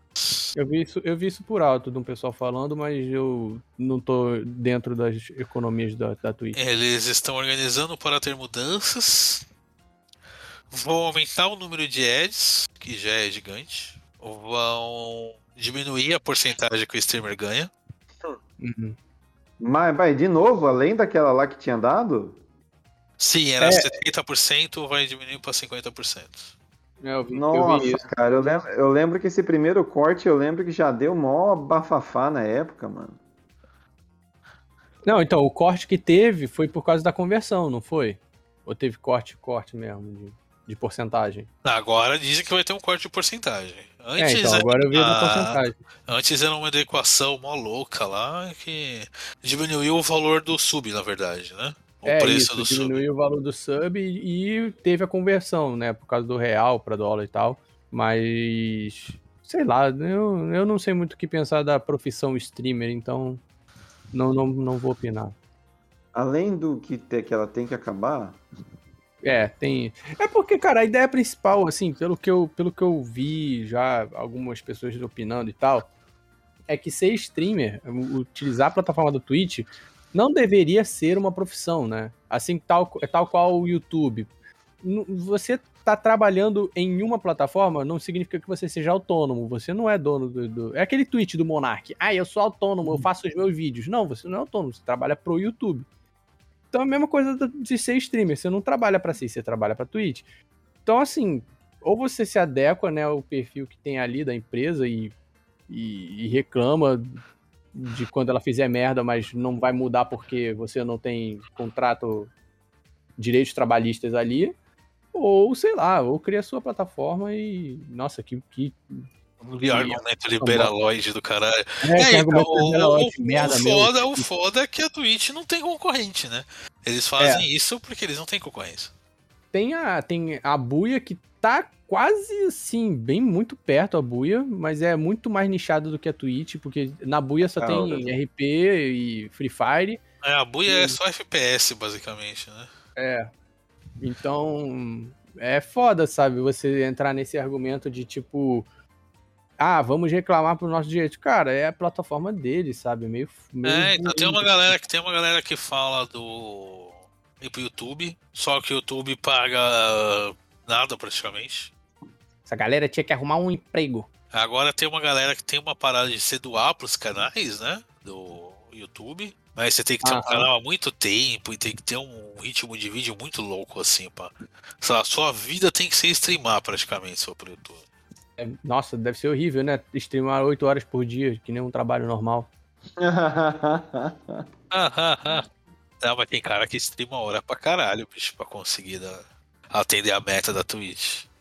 Eu vi isso por alto de um pessoal falando, mas eu não tô dentro das economias da Twitch. Eles estão organizando para ter mudanças. Vão aumentar o número de ads, que já é gigante. Vão diminuir a porcentagem que o streamer ganha. Uhum. Mas, de novo, além daquela lá que tinha dado? Sim, era 70%, vai diminuir para 50%. Nossa, eu vi isso. Cara, eu lembro que esse primeiro corte, eu lembro que já deu mó bafafá na época, mano. Não, então, o corte que teve foi por causa da conversão, não foi? Ou teve corte mesmo, de porcentagem? Agora dizem que vai ter um corte de porcentagem. Antes então, agora eu vi da porcentagem. Antes era uma equação mó louca lá, que diminuiu o valor do sub, na verdade, né? O preço do diminuiu o valor do sub e teve a conversão, né? Por causa do real para dólar e tal. Mas, sei lá, eu não sei muito o que pensar da profissão streamer, então não vou opinar. Além do que ela tem que acabar... tem. É porque, cara, a ideia principal, assim, pelo que eu vi já algumas pessoas opinando e tal, é que ser streamer, utilizar a plataforma do Twitch, não deveria ser uma profissão, né? Assim, tal qual o YouTube. Você tá trabalhando em uma plataforma não significa que você seja autônomo. Você não é dono do... É aquele tweet do Monark. Eu sou autônomo, eu faço os meus vídeos. Não, você não é autônomo, você trabalha pro YouTube. Então é a mesma coisa de ser streamer. Você não trabalha pra si, você trabalha pra Twitch. Então, assim, ou você se adequa, né, ao perfil que tem ali da empresa e reclama de quando ela fizer merda, mas não vai mudar porque você não tem contrato, direitos trabalhistas ali, ou sei lá, ou cria sua plataforma e, nossa, que argumento liberaloide do caralho. O foda é que a Twitch não tem concorrente, né? Eles fazem isso porque eles não têm concorrência. Tem a Buia que tá quase, assim, bem muito perto a Buia, mas é muito mais nichado do que a Twitch, porque na Buia só tem RP e Free Fire. A Buia é só FPS, basicamente, né? Então, é foda, sabe? Você entrar nesse argumento de, tipo... vamos reclamar pro nosso direito. Cara, é a plataforma deles, sabe? Meio então tem uma galera que fala ir pro YouTube, só que o YouTube paga nada praticamente. Essa galera tinha que arrumar um emprego. Agora tem uma galera que tem uma parada de se doar pros canais, né? Do YouTube. Mas você tem que ter um canal há muito tempo e tem que ter um ritmo de vídeo muito louco, assim, pá. Sei lá, sua vida tem que ser streamar praticamente, só pro YouTube. Nossa, deve ser horrível, né? Streamar 8 horas por dia, que nem um trabalho normal. Não, mas tem cara que streama hora pra caralho, bicho, pra conseguir atender a meta da Twitch.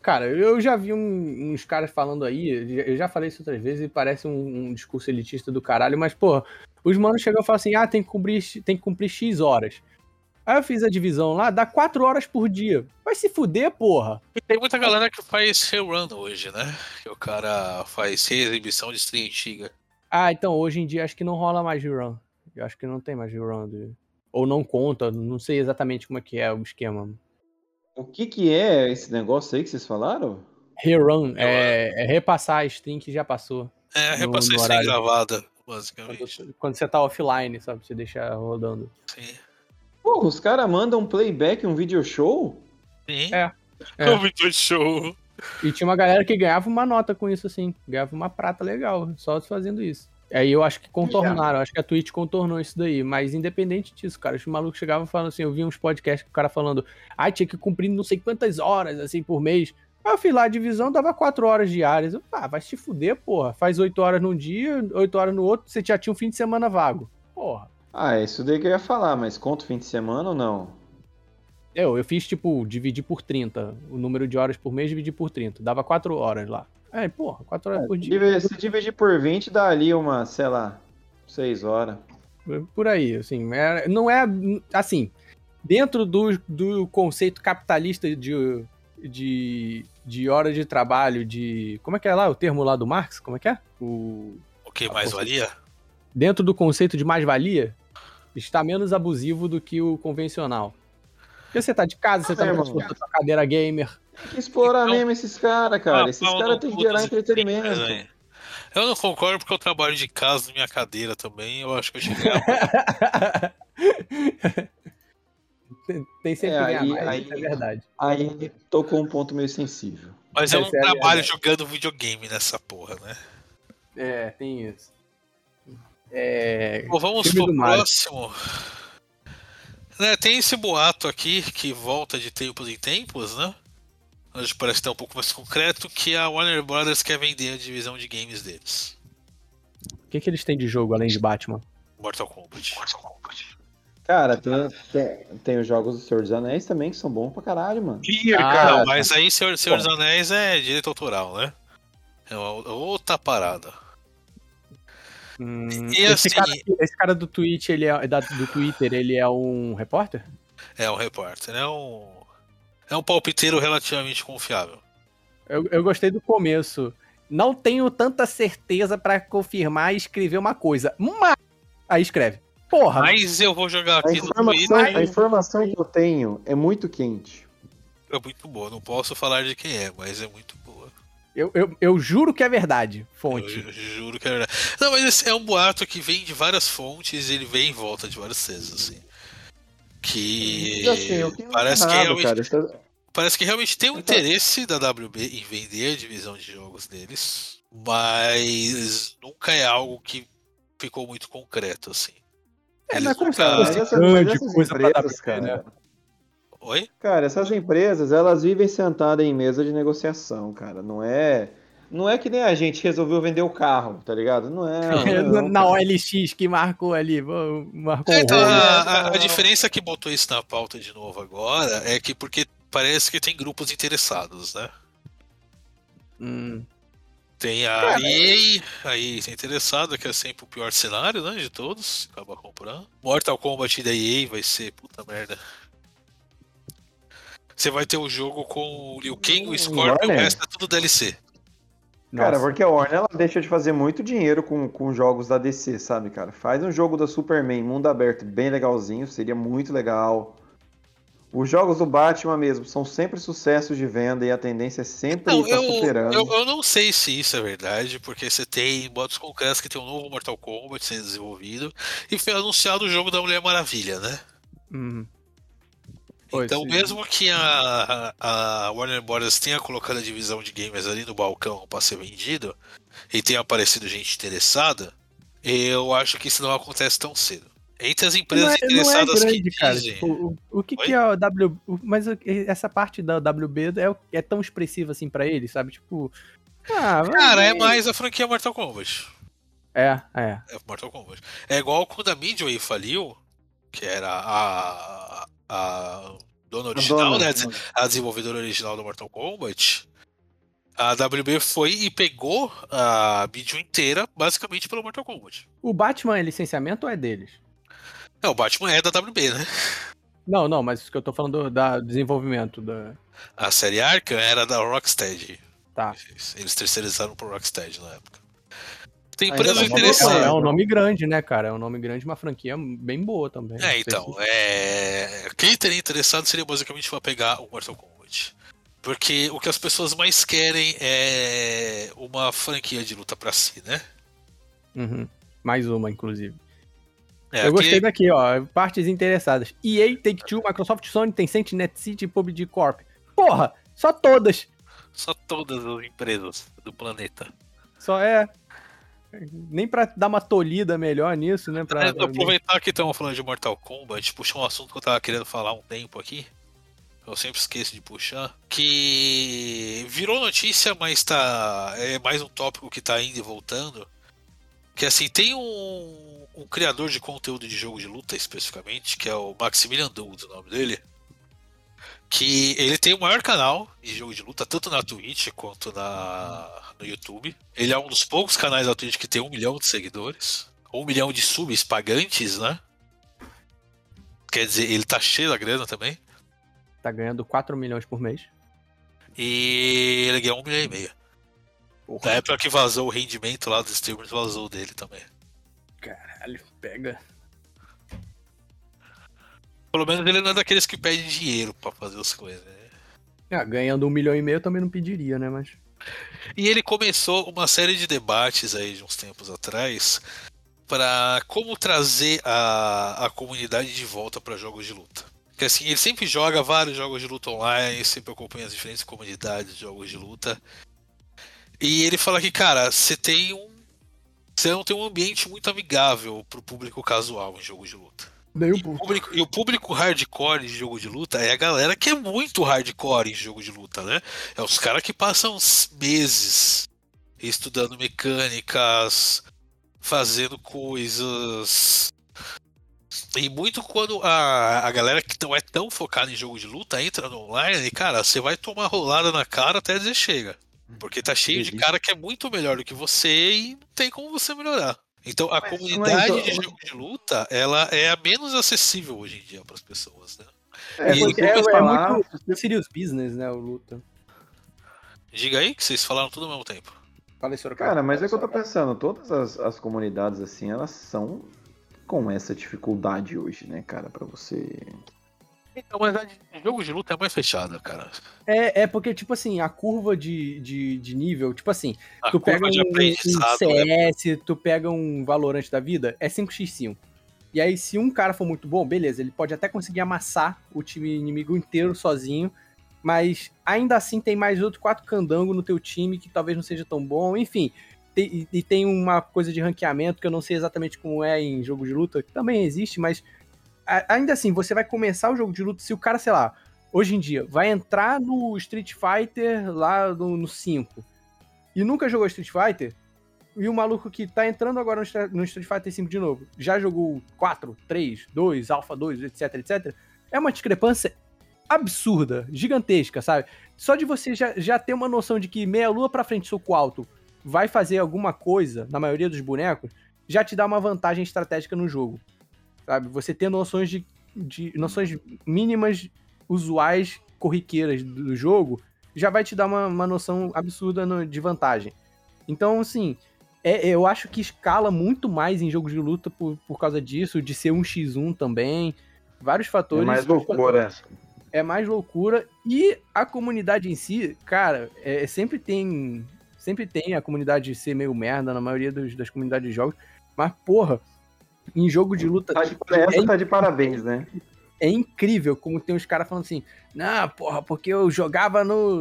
Cara, eu já vi uns caras falando aí, eu já falei isso outras vezes e parece um discurso elitista do caralho, mas, pô, os manos chegam e falam assim, tem que cumprir X horas. Aí eu fiz a divisão lá, dá 4 horas por dia. Vai se fuder, porra. E tem muita galera que faz rerun hoje, né? Que o cara faz reexibição de stream antiga. Então, hoje em dia acho que não rola mais rerun. Eu acho que não tem mais rerun. Ou não conta, não sei exatamente como é que é o esquema. O que é esse negócio aí que vocês falaram? Rerun é repassar a stream que já passou. Repassar a stream gravada, basicamente. Quando você tá offline, sabe? Você deixa rodando. Sim. Pô, os caras mandam um playback, um video show? Sim. Um video show. E tinha uma galera que ganhava uma nota com isso, assim. Ganhava uma prata legal, só fazendo isso. Aí eu acho que contornaram, acho que a Twitch contornou isso daí. Mas independente disso, cara, os malucos chegavam falando assim, eu vi uns podcasts com o cara falando, tinha que cumprir não sei quantas horas, assim, por mês. Aí eu fui lá, a divisão dava 4 horas diárias. Vai se fuder, porra. Faz 8 horas num dia, 8 horas no outro, você já tinha um fim de semana vago. Porra. É isso daí que eu ia falar, mas conta o fim de semana ou não? Eu fiz, dividir por 30. O número de horas por mês, dividir por 30. Dava 4 horas lá. 4 horas por dia. Se dividir por 20, dá ali uma, sei lá, 6 horas. Por aí, assim. Não é, assim, dentro do conceito capitalista de hora de trabalho, como é que é lá o termo lá do Marx? Como é que é? O que mais valia? Dentro do conceito de mais-valia, está menos abusivo do que o convencional. Porque você tá de casa, você tá na sua cadeira gamer. Tem que explorar mesmo esses caras, cara. Esses caras têm que gerar entretenimento. Eu não concordo porque eu trabalho de casa na minha cadeira também. Eu acho que eu cheguei Tem sempre ganhar mais, isso é verdade. Aí tocou um ponto meio sensível. Mas eu não trabalho jogando videogame nessa porra, né? Tem isso. Bom, vamos pro próximo. Tem esse boato aqui que volta de tempos em tempos, né? Hoje parece estar um pouco mais concreto, que a Warner Brothers quer vender a divisão de games deles. O que eles têm de jogo além de Batman? Mortal Kombat. Cara, tem os jogos do Senhor dos Anéis também, que são bons pra caralho, mano. Cara, mas aí Senhor dos Anéis é direito autoral, né? É outra parada. E esse cara do Twitch, do Twitter, ele é um repórter? É um repórter, é um palpiteiro relativamente confiável. Eu gostei do começo. Não tenho tanta certeza pra confirmar e escrever uma coisa, mas aí escreve. Porra. Mas eu vou jogar aqui no Twitter. A informação que eu tenho é muito quente. É muito boa, não posso falar de quem é, mas é muito boa. Eu juro que é verdade, fonte. Eu juro que é verdade. Não, mas esse é um boato que vem de várias fontes e ele vem em volta de várias vezes, assim. Que parece que realmente tem um interesse da WB em vender a divisão de jogos deles, mas nunca é algo que ficou muito concreto, assim. Não é como se fosse grande coisa pra WB, cara. Né? Oi? Cara, essas empresas, elas vivem sentadas em mesa de negociação, cara. Não é que nem a gente resolveu vender o carro, tá ligado? Não é. Na OLX que marcou ali, marcou então, a diferença que botou isso na pauta de novo agora é que porque parece que tem grupos interessados, né? Tem a EA tá interessada, que é sempre o pior cenário, né, de todos, acaba comprando. Mortal Kombat da EA vai ser puta merda. Você vai ter o jogo com o Liu Kang, o Scorpion, o resto é tudo DLC. Cara, porque a Warner ela deixa de fazer muito dinheiro com jogos da DC, sabe, cara? Faz um jogo da Superman, mundo aberto, bem legalzinho, seria muito legal. Os jogos do Batman mesmo são sempre sucessos de venda e a tendência é sempre estar superando. Eu não sei se isso é verdade, porque você tem boatos concretos que tem um novo Mortal Kombat sendo desenvolvido e foi anunciado o jogo da Mulher Maravilha, né? Então, mesmo que a Warner Bros. Tenha colocado a divisão de games ali no balcão para ser vendido e tenha aparecido gente interessada, eu acho que isso não acontece tão cedo. Entre as empresas interessadas não é grande, que cara. dizem... Tipo, o que é a WB? Mas essa parte da WB é tão expressiva assim pra ele, sabe? Tipo... Cara, é mais a franquia Mortal Kombat. É Mortal Kombat. É igual quando a Midway faliu, que era a dona original, né? A desenvolvedora original do Mortal Kombat. A WB foi e pegou a mídia inteira, basicamente pelo Mortal Kombat. O Batman é licenciamento ou é deles? O Batman é da WB, né? Não, mas isso que eu tô falando do desenvolvimento da... A série Arkham era da Rocksteady. Tá. Eles terceirizaram pro Rocksteady na época. Tem Ainda empresas tá uma interessantes. É um nome grande, né, cara? É um nome grande, uma franquia bem boa também. Não sei Então, se- quem teria interessado seria basicamente pra pegar o Mortal Kombat. Porque o que as pessoas mais querem é uma franquia de luta pra si, né? Uhum. Mais uma, inclusive. É, Eu gostei daqui, ó. Partes interessadas. EA, Take-Two, Microsoft, Sony, Tencent, NetCity e PUBG Corp. Porra, só todas. Só todas as empresas do planeta. Só é... Nem pra dar uma tolhida melhor nisso, né? Pra Aproveitar que estamos falando de Mortal Kombat, puxar um assunto que eu tava querendo falar há um tempo aqui. Eu sempre esqueço de puxar. Que virou notícia, mas é mais um tópico que tá indo e voltando. Que assim, tem um criador de conteúdo de jogo de luta especificamente, que é o Maximilian Dood, o nome dele. Que ele tem o maior canal de jogo de luta, tanto na Twitch quanto no YouTube. Ele é um dos poucos canais da Twitch que tem 1 milhão de seguidores. 1 milhão de subs pagantes, né? Quer dizer, ele tá cheio da grana também. Tá ganhando 4 milhões por mês. E ele ganhou 1,5 milhão. Porra. Na época que vazou o rendimento lá dos streamers, vazou dele também. Caralho, pega. Pelo menos ele não é daqueles que pedem dinheiro pra fazer as coisas, né? Ganhando 1,5 milhão eu também não pediria, né? Mas... E ele começou uma série de debates aí de uns tempos atrás para como trazer a comunidade de volta para jogos de luta. Porque assim, ele sempre joga vários jogos de luta online, sempre acompanha as diferentes comunidades de jogos de luta. E ele fala que, cara, você não tem um ambiente muito amigável pro público casual em jogos de luta. E o público hardcore de jogo de luta é a galera que é muito hardcore em jogo de luta, né? É os caras que passam meses estudando mecânicas, fazendo coisas. E muito quando a galera que não é tão focada em jogo de luta entra no online, cara, você vai tomar rolada na cara até dizer chega. Porque tá cheio de cara que é muito melhor do que você e não tem como você melhorar. Então a comunidade de jogo de luta, ela é a menos acessível hoje em dia para as pessoas, né? Porque é muito serious business, né, o luta. Diga aí que vocês falaram tudo ao mesmo tempo. Fala aí, Sorocaba. Cara, mas é que eu tô pensando, todas as comunidades assim, elas são com essa dificuldade hoje, né, cara, pra você... Então, mas a de jogo de luta é mais fechada, cara. É porque, tipo assim, a curva de nível, tipo assim, A tu curva pega de um aprendizado CS, tu pega um Valorant da vida, é 5x5. E aí, se um cara for muito bom, beleza, ele pode até conseguir amassar o time inimigo inteiro sozinho, mas ainda assim tem mais outros 4 candangos no teu time que talvez não seja tão bom, enfim. E tem uma coisa de ranqueamento que eu não sei exatamente como é em jogo de luta, que também existe, mas ainda assim, você vai começar o jogo de luta se o cara, sei lá, hoje em dia, vai entrar no Street Fighter lá no 5 e nunca jogou Street Fighter, e o maluco que tá entrando agora no Street Fighter 5 de novo, já jogou 4, 3, 2, Alpha 2, etc, é uma discrepância absurda, gigantesca, sabe? Só de você já ter uma noção de que meia lua pra frente, soco alto, vai fazer alguma coisa, na maioria dos bonecos, já te dá uma vantagem estratégica no jogo. Sabe? Você ter noções noções mínimas, usuais, corriqueiras do jogo, já vai te dar uma noção absurda de vantagem. Então, assim, eu acho que escala muito mais em jogos de luta por causa disso, de ser 1x1 também, vários fatores. É mais loucura. É mais loucura, e a comunidade em si, cara, sempre tem a comunidade ser meio merda na maioria das comunidades de jogos, mas, porra, em jogo de luta... Tá de parabéns, né? É incrível como tem uns caras falando assim, não, porra, porque eu jogava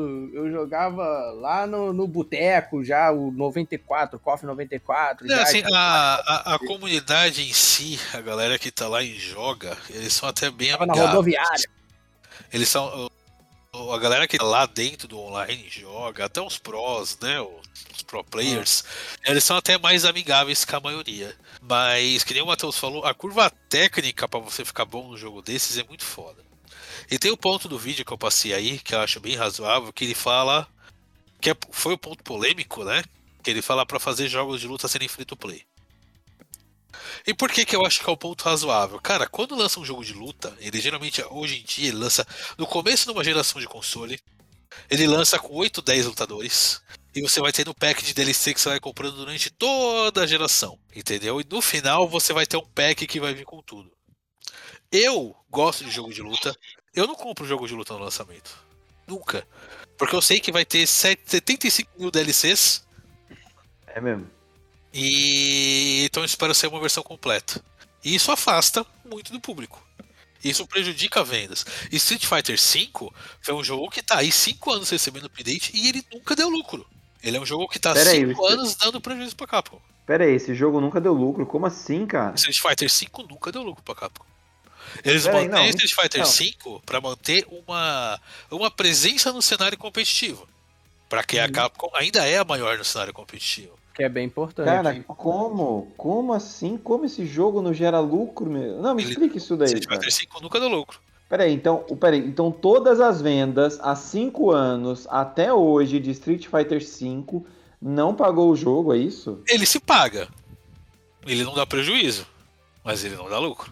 lá no boteco já, o 94, KOF 94. Não, assim, a comunidade em si, a galera que tá lá e joga, eles são até bem amigáveis. Na rodoviária. Eles são... A galera que tá lá dentro do online joga, até os pros, né, os pro players, eles são até mais amigáveis que a maioria. Mas, que nem o Matheus falou, a curva técnica pra você ficar bom no jogo desses é muito foda. E tem o ponto do vídeo que eu passei aí, que eu acho bem razoável, que ele fala foi o ponto polêmico, né? Que ele fala pra fazer jogos de luta serem free to play. E por que eu acho que é um ponto razoável? Cara, quando lança um jogo de luta, ele geralmente, hoje em dia, ele lança no começo de uma geração de console, ele lança com 8, 10 lutadores, e você vai ter no pack de DLC que você vai comprando durante toda a geração, entendeu? E no final você vai ter um pack que vai vir com tudo. Eu gosto de jogo de luta, eu não compro jogo de luta no lançamento. Nunca. Porque eu sei que vai ter 75 mil DLCs. É mesmo. E então eu espero ser uma versão completa. E isso afasta muito do público. Isso prejudica vendas. E Street Fighter V foi um jogo que tá aí 5 anos recebendo update e ele nunca deu lucro. Ele é um jogo que tá 5 anos dando prejuízo pra Capcom. Pera aí, esse jogo nunca deu lucro? Como assim, cara? Street Fighter V nunca deu lucro pra Capcom. Eles mantêm Street Fighter V pra manter uma presença no cenário competitivo. Pra que a Capcom ainda é a maior no cenário competitivo. Que é bem importante. Cara, como? Como assim? Como esse jogo não gera lucro mesmo? Não, me explica isso daí, Street Fighter V nunca deu lucro. Peraí, então todas as vendas há 5 anos até hoje de Street Fighter V não pagou o jogo, é isso? Ele se paga. Ele não dá prejuízo, mas ele não dá lucro.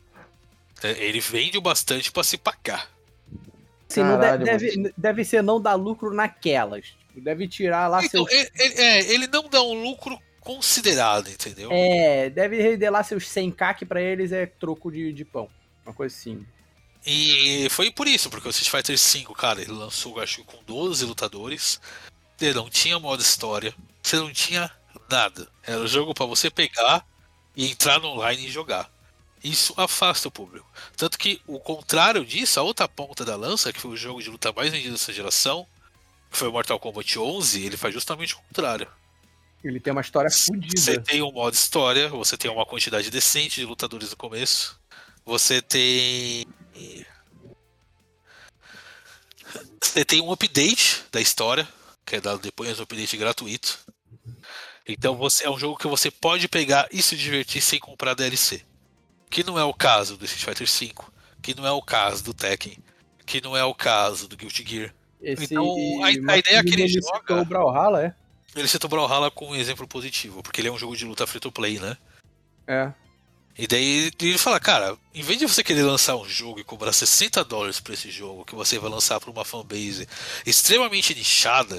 Ele vende o bastante pra se pagar. Assim, deve ser não dar lucro naquelas. Deve tirar lá então, seus... ele não dá um lucro considerado, entendeu? Deve render lá seus 100k, que pra eles é troco de pão. Uma coisa assim. E foi por isso, porque o Street Fighter V, cara, ele lançou, acho que com 12 lutadores. Ele não tinha modo história. Você não tinha nada. Era um jogo pra você pegar e entrar no online e jogar. Isso afasta o público. Tanto que, o contrário disso, a outra ponta da lança, que foi o jogo de luta mais vendido dessa geração, que foi o Mortal Kombat 11, ele faz justamente o contrário. Ele tem uma história fodida. Você tem um modo história, você tem uma quantidade decente de lutadores no começo, você tem um update da história, que é dado depois, um update gratuito. Então é um jogo que você pode pegar e se divertir sem comprar DLC. Que não é o caso do Street Fighter V, que não é o caso do Tekken, que não é o caso do Guilty Gear. Então a ideia é que ele joga... Citou o Brawlhalla, é? Ele citou o Brawlhalla com um exemplo positivo, porque ele é um jogo de luta free to play, né? É. E daí ele fala, cara, em vez de você querer lançar um jogo e cobrar $60 por esse jogo, que você vai lançar para uma fanbase extremamente nichada,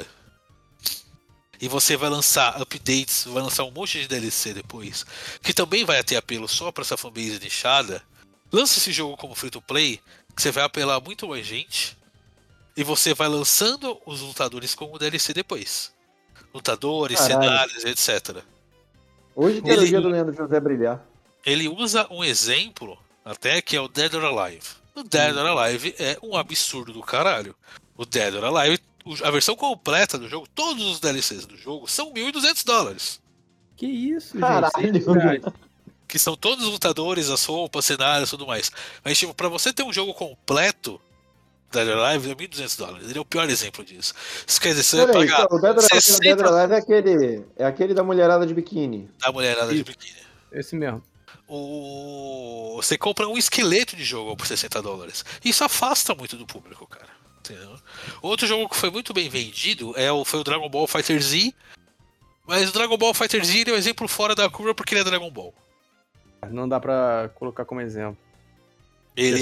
e você vai lançar updates, vai lançar um monte de DLC depois, que também vai ter apelo só para essa fanbase nichada, lança esse jogo como free to play, que você vai apelar muito mais gente, e você vai lançando os lutadores como DLC depois. Lutadores, cenários, etc. Hoje que era o dia do Leandro José brilhar. Ele usa um exemplo, até que é o Dead or Alive. O Dead or Alive é um absurdo do caralho. O Dead or Alive, a versão completa do jogo, todos os DLCs do jogo, são $1.200. Que isso, caralho, gente? Que são todos os lutadores, as roupas, cenários e tudo mais. Mas, tipo, pra você ter um jogo completo, Dead or Alive é $1.200. Ele é o pior exemplo disso. Isso quer dizer, você vai pagar o Dead or Alive é aquele da mulherada de biquíni. Da mulherada de biquíni. Esse mesmo. Você compra um esqueleto de jogo por $60. Isso afasta muito do público, cara. Entendeu? Outro jogo que foi muito bem vendido foi o Dragon Ball FighterZ. Mas o Dragon Ball FighterZ ele é um exemplo fora da curva porque ele é Dragon Ball. Não dá pra colocar como exemplo. Ele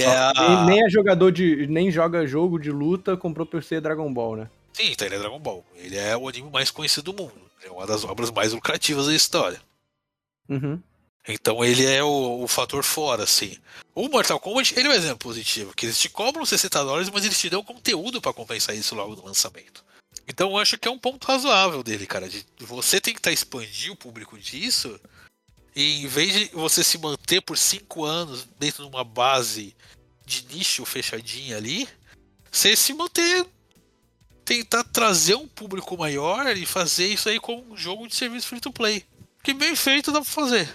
nem joga jogo de luta, comprou por ser Dragon Ball, né? Sim, então ele é Dragon Ball. Ele é o anime mais conhecido do mundo. É uma das obras mais lucrativas da história. Uhum. Então ele é o fator fora, assim. O Mortal Kombat, ele é um exemplo positivo, que eles te cobram $60, mas eles te dão conteúdo pra compensar isso logo no lançamento. Então eu acho que é um ponto razoável dele, cara, de você tentar expandir o público disso, e em vez de você se manter por 5 anos dentro de uma base de nicho fechadinha ali, você se manter, tentar trazer um público maior e fazer isso aí como um jogo de serviço free to play. Que bem feito dá pra fazer.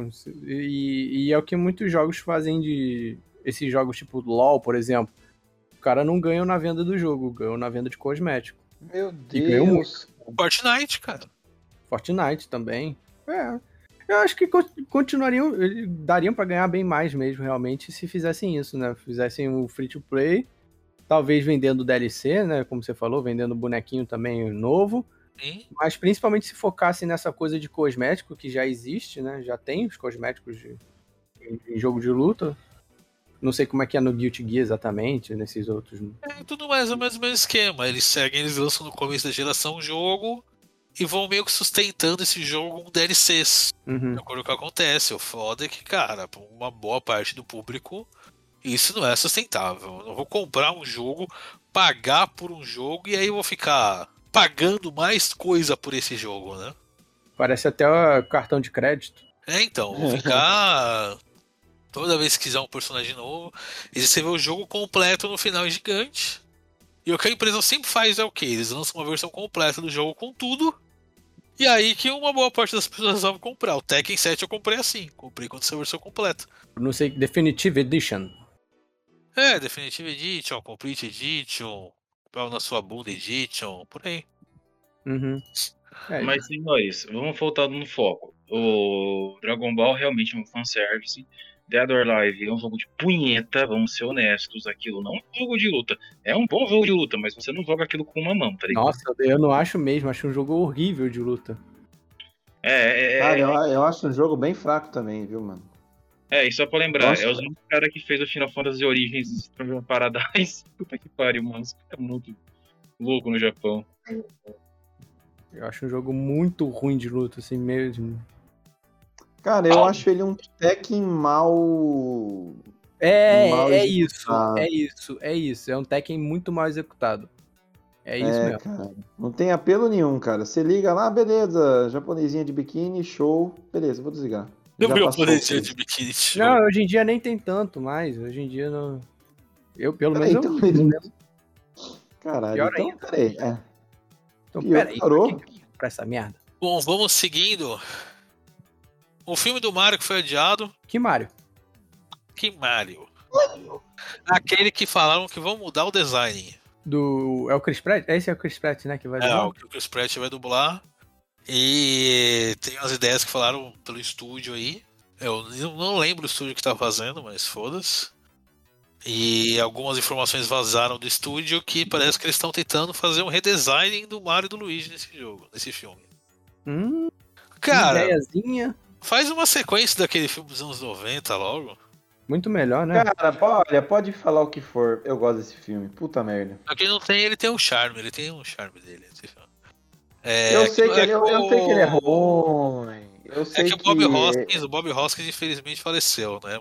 E é o que muitos jogos fazem esses jogos tipo LoL, por exemplo. O cara não ganha na venda do jogo, ganhou na venda de cosmético. Meu Deus. E ganhou muito. Fortnite, cara. Fortnite também. Eu acho que dariam pra ganhar bem mais mesmo, realmente, se fizessem isso, né? Fizessem o free to play, talvez vendendo DLC, né? Como você falou, vendendo bonequinho também novo. Sim. Mas principalmente se focasse nessa coisa de cosmético que já existe, né? Já tem os cosméticos em jogo de luta. Não sei como é que é no Guilty Gear exatamente, nesses outros. É tudo mais ou menos o mesmo esquema. Eles lançam no começo da geração um jogo e vão meio que sustentando esse jogo com DLCs. Uhum. É o que acontece. O foda é que, cara, pra uma boa parte do público, isso não é sustentável. Eu não vou comprar um jogo, pagar por um jogo e aí eu vou ficar pagando mais coisa por esse jogo, né? Parece até o cartão de crédito. Então, vou ficar. Toda vez que quiser um personagem novo, e você vê o jogo completo no final é gigante. E o que a empresa sempre faz é o quê? Eles lançam uma versão completa do jogo com tudo. E aí que uma boa parte das pessoas vão comprar. O Tekken 7 eu comprei assim. Comprei com essa versão completa. Não sei, Definitive Edition. Definitive Edition, Complete Edition, Pau na sua bunda Edition, por aí. Uhum. Mas, senhores, vamos voltar no foco. O Dragon Ball realmente é um fanservice. Dead or Alive é um jogo de punheta, vamos ser honestos. Aquilo não é um jogo de luta. É um bom jogo de luta, mas você não joga aquilo com uma mão, tá ligado? Nossa, eu não acho mesmo. Acho um jogo horrível de luta. Cara, eu acho um jogo bem fraco também, viu, mano? E só pra lembrar, Nossa. é os mesmos caras que fez o Final Fantasy Origins Stranger Paradise. Puta que pariu, mano. Isso é muito louco no Japão. Eu acho um jogo muito ruim de luta, assim mesmo. Cara, eu acho ele um Tekken mal... É isso. É um Tekken muito mal executado. É isso mesmo. Cara, não tem apelo nenhum, cara. Você liga lá, beleza, japonesinha de biquíni, show, beleza, vou desligar. Eu Já vi o passou japonesinha tudo. de biquíni show. Não, hoje em dia nem tem tanto mais. Hoje em dia não. Eu, pelo menos, Então, eu não lembro. Caralho, Pior então, ainda. peraí. Então, Pior, peraí. parou? Pra essa merda. Bom, vamos seguindo. O filme do Mario que foi adiado. Que Mario? Que Mario? Aquele que falaram que vão mudar o design. É o Chris Pratt? Esse é o Chris Pratt, né? Que vai dublar? O que o Chris Pratt vai dublar. E tem umas ideias que falaram pelo estúdio aí. Eu não lembro o estúdio que tá fazendo, mas foda-se. E algumas informações vazaram do estúdio que parece que eles estão tentando fazer um redesign do Mario e do Luigi nesse filme. Cara, ideiazinha. faz uma sequência daquele filme dos anos 90 logo. Muito melhor, né? Cara, olha, pode falar o que for, eu gosto desse filme, puta merda. Só que ele tem um charme dele. Esse filme. Eu sei que ele é ruim. Eu sei que o Bob Hoskins infelizmente faleceu, né?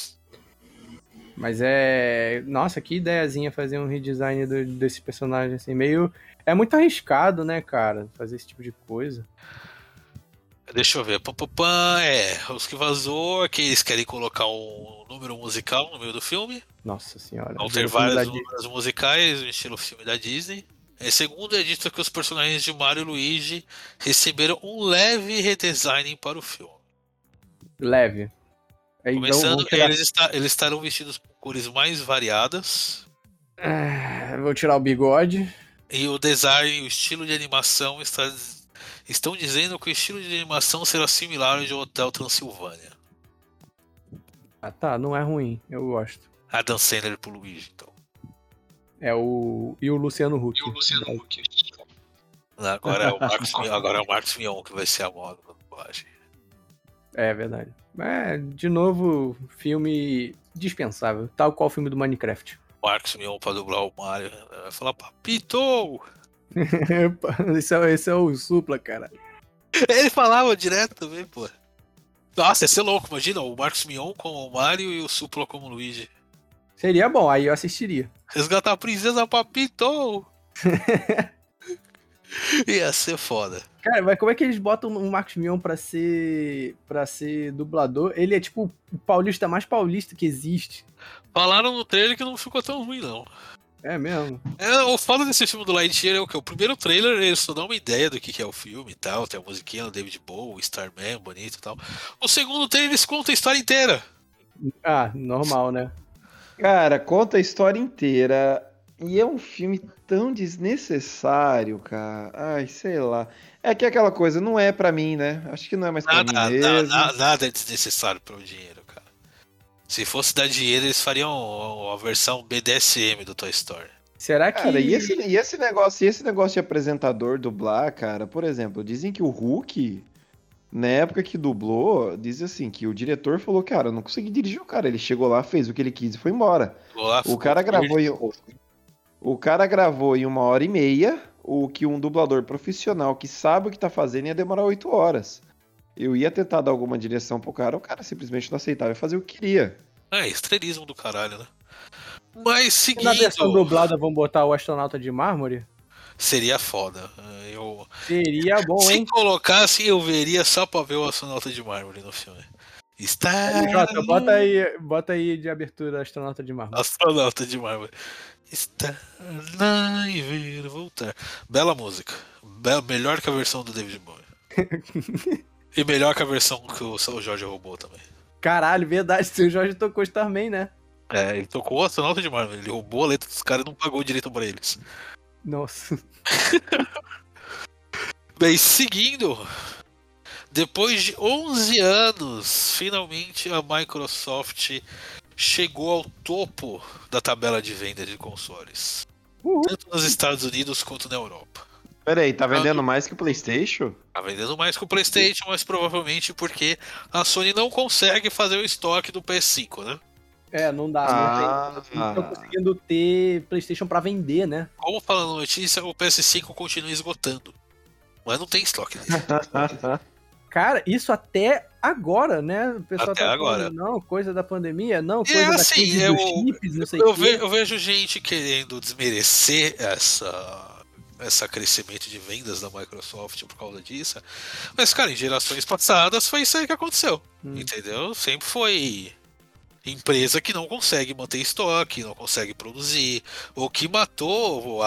Mas nossa, que ideiazinha fazer um redesign desse personagem assim, meio... É muito arriscado, né, cara? Fazer esse tipo de coisa. Deixa eu ver. Os que vazou é que eles querem colocar um número musical no meio do filme. Nossa senhora. Vão ter vários números musicais no estilo filme da Disney. Segundo é dito que os personagens de Mario e Luigi receberam um leve redesign para o filme. Leve. Começando, eles estarão vestidos com cores mais variadas. Vou tirar o bigode. E o design, o estilo de animação estão dizendo que o estilo de animação será similar ao de Hotel Transilvânia. Ah tá, não é ruim, eu gosto. Adam Sandler pro Luigi, então. E o Luciano Huck. Agora é o Marcos Mion que vai ser a moda da dublagem. É verdade. De novo, filme dispensável. Tal qual o filme do Minecraft. Marcos Mion pra dublar o Mario. Vai falar, papito! esse é o Supla, cara. Ele falava direto também, pô. Nossa, ia ser louco, imagina, o Marcos Mion como o Mario e o Supla como o Luigi. Seria bom, aí eu assistiria. Resgatar a princesa Papito! Ia ser foda. Cara, mas como é que eles botam o Marcos Mion pra ser dublador? Ele é tipo o paulista mais paulista que existe. Falaram no trailer que não ficou tão ruim, não. É mesmo? O foda desse filme do Lightyear é o que? O primeiro trailer ele só dá uma ideia do que é o filme e tal. Tem a musiquinha do David Bowie, Starman, bonito e tal. O segundo trailer eles contam a história inteira. Normal, né? Cara, conta a história inteira. E é um filme tão desnecessário, cara. Ai, sei lá. É que aquela coisa não é pra mim, né? Acho que não é mais pra mim mesmo. Nada é desnecessário pro dinheiro, cara. Se fosse dar dinheiro, eles fariam a versão BDSM do Toy Story. Será que... Cara, e esse negócio de apresentador dublar, cara, por exemplo, dizem que o Hulk, na época que dublou, diz assim, que o diretor falou, cara, eu não consegui dirigir o cara, ele chegou lá, fez o que ele quis e foi embora. O cara gravou em 1h30, o que um dublador profissional que sabe o que tá fazendo ia demorar 8 horas. Eu ia tentar dar alguma direção pro cara, o cara simplesmente não aceitava e fazia o que queria. Estrelismo do caralho, né? Mas seguindo... Na versão dublada vão botar o astronauta de mármore? Seria foda. Seria bom, Se hein? colocasse, eu veria só pra ver o astronauta de mármore no filme. Jota, bota aí de abertura astronauta de mármore. Astronauta de mármore. Está lá e ver voltar. Bela música. Melhor que a versão do David Bowie. E melhor que a versão que o Jorge roubou também. Caralho, verdade. Se o Jorge tocou Starman, né? Ele tocou o astronauta de mármore. Ele roubou a letra dos caras e não pagou direito pra eles. Nossa. Bem, seguindo. Depois de 11 anos, finalmente a Microsoft chegou ao topo da tabela de venda de consoles. Tanto nos Estados Unidos quanto na Europa. Peraí, tá vendendo mais que o PlayStation? Tá vendendo mais que o PlayStation, mas provavelmente porque a Sony não consegue fazer o estoque do PS5, né? Não dá. Não estão conseguindo ter PlayStation pra vender, né? Como falando notícia, o PS5 continua esgotando. Mas não tem estoque. Cara, isso até agora, né? O pessoal até agora. Falando, não, coisa da pandemia, não, coisa da crise dos chips, não sei o quê. Eu vejo gente querendo desmerecer essa crescimento de vendas da Microsoft por causa disso. Mas, cara, em gerações passadas foi isso aí que aconteceu. Entendeu? Sempre foi empresa que não consegue manter estoque, não consegue produzir. O que matou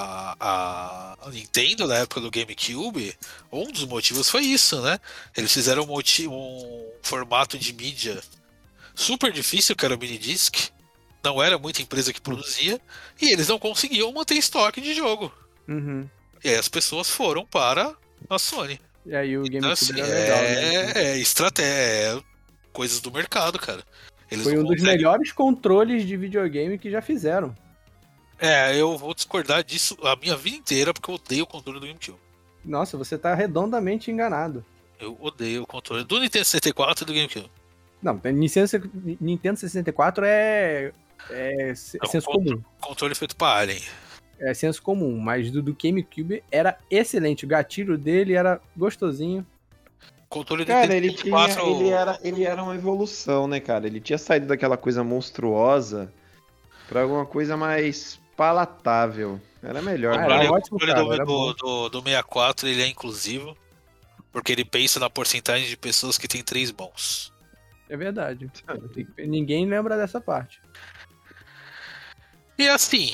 a Nintendo na época do GameCube, um dos motivos foi isso, né? Eles fizeram um formato de mídia super difícil, que era o minidisc. Não era muita empresa que produzia. E eles não conseguiam manter estoque de jogo. E aí as pessoas foram para a Sony. E aí o GameCube assim, era legal, né? Estratégia, coisas do mercado, cara. Eles foi um dos melhores controles de videogame que já fizeram. Eu vou discordar disso a minha vida inteira, porque eu odeio o controle do GameCube. Nossa, você tá redondamente enganado. Eu odeio o controle do Nintendo 64 e do GameCube. Não, Nintendo 64 é senso comum. Controle feito pra Alien. É senso comum, mas do GameCube era excelente. O gatilho dele era gostosinho. Controle cara, ele era uma evolução, né, cara? Ele tinha saído daquela coisa monstruosa pra alguma coisa mais palatável. Era melhor. O controle do 64 ele é inclusivo, porque ele pensa na porcentagem de pessoas que tem 3 mãos. É verdade. Ninguém lembra dessa parte. E assim,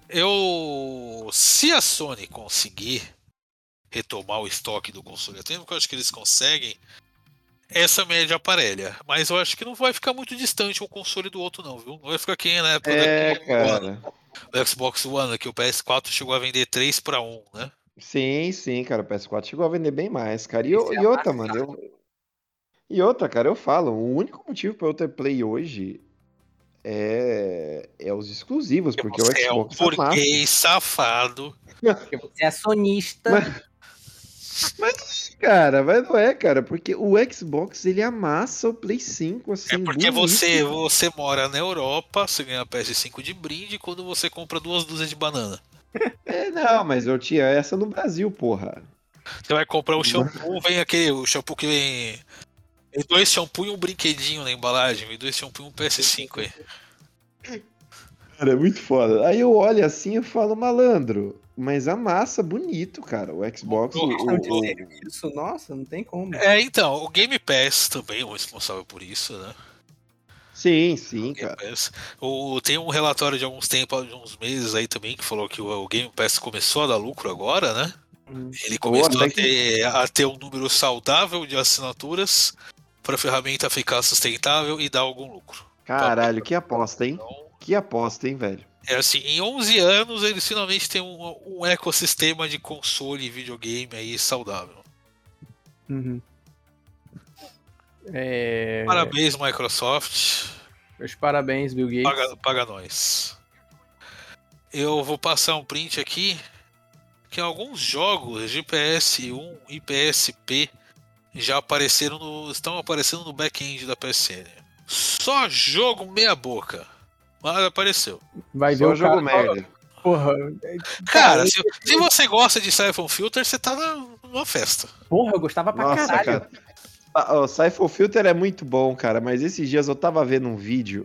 se a Sony conseguir retomar o estoque do console a tempo, que eu acho que eles conseguem, essa média aparelha. Mas eu acho que não vai ficar muito distante um console do outro não, viu? Não vai ficar aqui na época do Xbox One, que o PS4 chegou a vender 3-1, né? Sim, cara, o PS4 chegou a vender bem mais, cara. E outra, mano, cara, eu falo, o único motivo pra eu ter Play hoje é os exclusivos, porque o Xbox é um burguês safado. Porque você é sonista. Mas, cara, não é, cara, porque o Xbox, ele amassa o Play 5, assim, é porque bonito. você mora na Europa, você ganha PS5 de brinde quando você compra 2 dúzias de banana. Não, mas eu tinha essa no Brasil, porra. Você vai comprar o shampoo, o shampoo que vem 2 shampoo e um brinquedinho na embalagem, vem 2 shampoo e um PS5 aí. Cara, é muito foda. Aí eu olho assim e falo, malandro, mas amassa bonito, cara. O Xbox. Isso, nossa, não tem como. Então, o Game Pass também é o responsável por isso, né? Sim, cara. Tem um relatório de alguns meses aí também que falou que o Game Pass começou a dar lucro agora, né? Ele começou a ter um número saudável de assinaturas para a ferramenta ficar sustentável e dar algum lucro. Caralho, que aposta, hein? Que aposta, hein, velho? Assim, em 11 anos eles finalmente têm um ecossistema de console e videogame aí saudável. Parabéns, Microsoft. Meus parabéns, Bill Gates. Paga nós. eu vou passar um print aqui, que alguns jogos de PS1 e PSP já estão aparecendo no back-end da PSN. Só jogo meia boca. Mas apareceu. Vai ver Só o jogo cara, merda. porra, Cara, se você gosta de Siphon Filter, você tá numa festa. porra, eu gostava pra Nossa, caralho. cara. O Siphon Filter é muito bom, cara, mas esses dias eu tava vendo um vídeo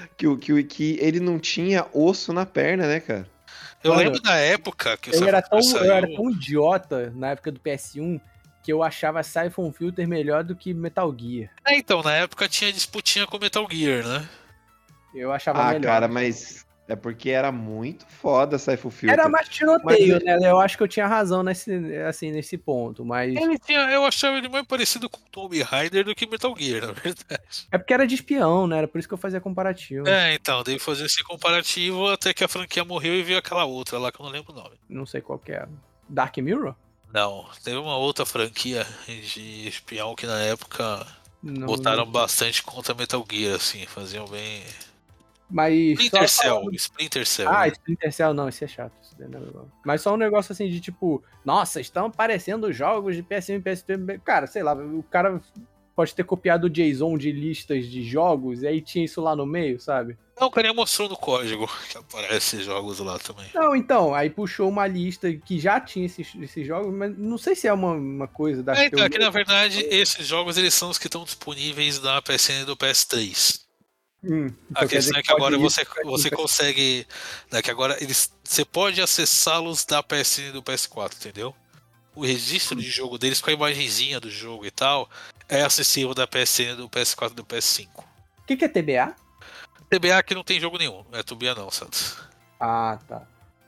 que ele não tinha osso na perna, né, cara? Eu Mano, lembro da época que o Eu Siphon era, Filter saiu. eu era tão idiota na época do PS1 que eu achava Siphon Filter melhor do que Metal Gear. Então, na época tinha disputinha com Metal Gear, né? Eu achava melhor. Cara, mas é porque era muito foda Siphon Filter. Era mais tiroteio, Mas- né? Eu acho que eu tinha razão nesse ponto, mas... Eu achava ele mais parecido com Tomb Raider do que Metal Gear, na verdade. É porque era de espião, né? Era por isso que eu fazia comparativo. Então, dei fazer esse comparativo até que a franquia morreu e veio aquela outra lá que eu não lembro o nome. Não sei qual que era. Dark Mirror? Não, teve uma outra franquia de espião que na época Não, botaram não. bastante contra Metal Gear, assim, faziam bem. Mas Splinter só Cell, falando- Splinter Cell. Ah, né? Splinter Cell, não, isso é chato. Isso daí não é legal. Mas só um negócio assim de tipo, nossa, estão aparecendo jogos de PS1 e PSP. Cara, sei lá, o cara pode ter copiado o JSON de listas de jogos e aí tinha isso lá no meio, sabe? Não, o cara mostrou no código que aparece jogos lá também. Não, então, aí puxou uma lista que já tinha esses jogos, mas não sei se é uma coisa da Então, é que na verdade esses jogos eles são os que estão disponíveis na PSN do PS3. Então A quer dizer questão é que agora pode você ir- consegue. Né, que agora você pode acessá-los da PSN do PS4, entendeu? O registro de jogo deles com a imagenzinha do jogo e tal é acessível da PSN do PS4 e do PS5. O que é TBA? TBA que não tem jogo nenhum, não é TBA não, Santos. Ah, tá.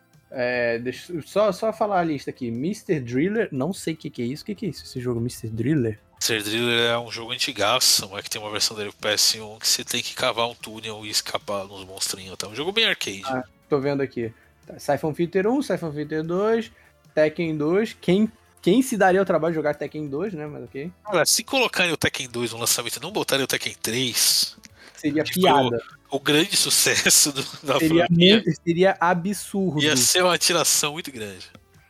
Deixa eu só falar a lista aqui. Mr. Driller, não sei o que é isso. O que é isso, esse jogo, Mr. Driller? Ser Driller é um jogo antigaço, mas que tem uma versão dele pro PS1 que você tem que cavar um túnel e escapar nos monstrinhos. Tá? Um jogo bem arcade. Tô vendo aqui. Tá, Siphon Filter 1, Siphon Filter 2, Tekken 2. Quem se daria o trabalho de jogar Tekken 2, né? Mas ok. Cara, se colocarem o Tekken 2 no lançamento e não botarem o Tekken 3, Seria Tipo, piada. o grande sucesso da Seria, franquia seria absurdo. ia ser uma atiração muito grande.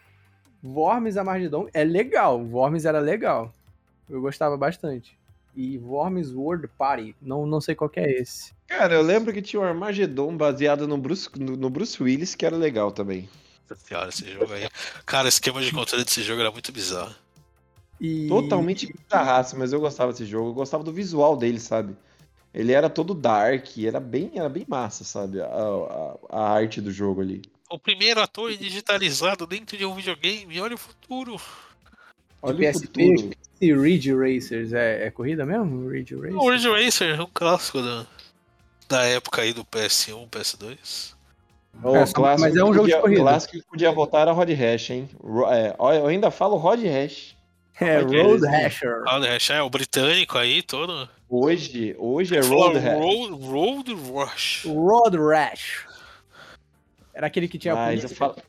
Worms Armageddon é legal. Worms era legal. Eu gostava bastante. E Worms World Party. Não sei qual que é esse. Cara, eu lembro que tinha um Armageddon baseado no Bruce Willis, que era legal também. Nossa senhora, esse jogo aí. Cara, o esquema de controle desse jogo era muito bizarro. E... Totalmente bizarraço, mas eu gostava desse jogo. Eu gostava do visual dele, sabe? Ele era todo dark, era bem massa, sabe? A arte do jogo ali. O primeiro ator digitalizado dentro de um videogame, olha o futuro. Olha o PSP, futuro. esse Ridge Racers é corrida mesmo? Ridge Racers? O Ridge Racer é um clássico da época aí do PS1, PS2. Mas é um jogo de corrida. O clássico que podia votar era Rod Hash, hein? Eu ainda falo Rod Hash. Road Rasher. Ah, o britânico aí, todo. Hoje é Road Hash. Road Rush. Road Rash. Era aquele que tinha Mas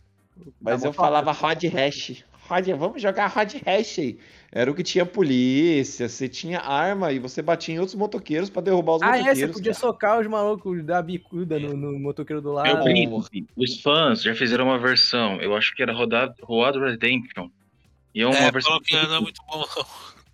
eu falava Rod Hash. Vamos jogar Rod Hash aí. Era o que tinha polícia, você tinha arma e você batia em outros motoqueiros pra derrubar os motoqueiros. Você podia socar os malucos da bicuda no motoqueiro do lado. Meu príncipe, os fãs já fizeram uma versão, eu acho que era Road Redemption. E é uma versão que não é muito bom, não.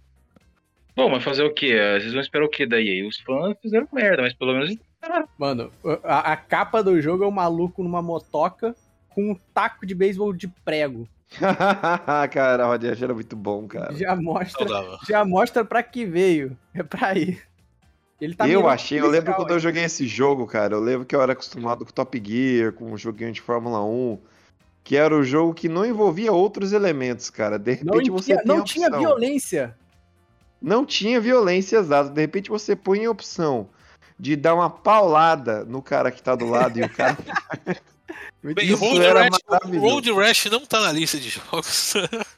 Bom, mas fazer o quê? Vocês vão esperar o quê daí? Os fãs fizeram merda, mas pelo menos... Mano, a capa do jogo é um maluco numa motoca com um taco de beisebol de prego. Cara, a Rod Hash era muito bom, cara. Já mostra pra que veio. É pra ir. Ele tá eu lembro quando eu joguei esse jogo, cara, eu lembro que eu era acostumado com Top Gear, com um joguinho de Fórmula 1, que era o jogo que não envolvia outros elementos, cara. De repente não tinha violência. Não tinha violência, exato. De repente você põe a opção de dar uma paulada no cara que tá do lado e o cara... Bem, Road Rash não tá na lista de jogos.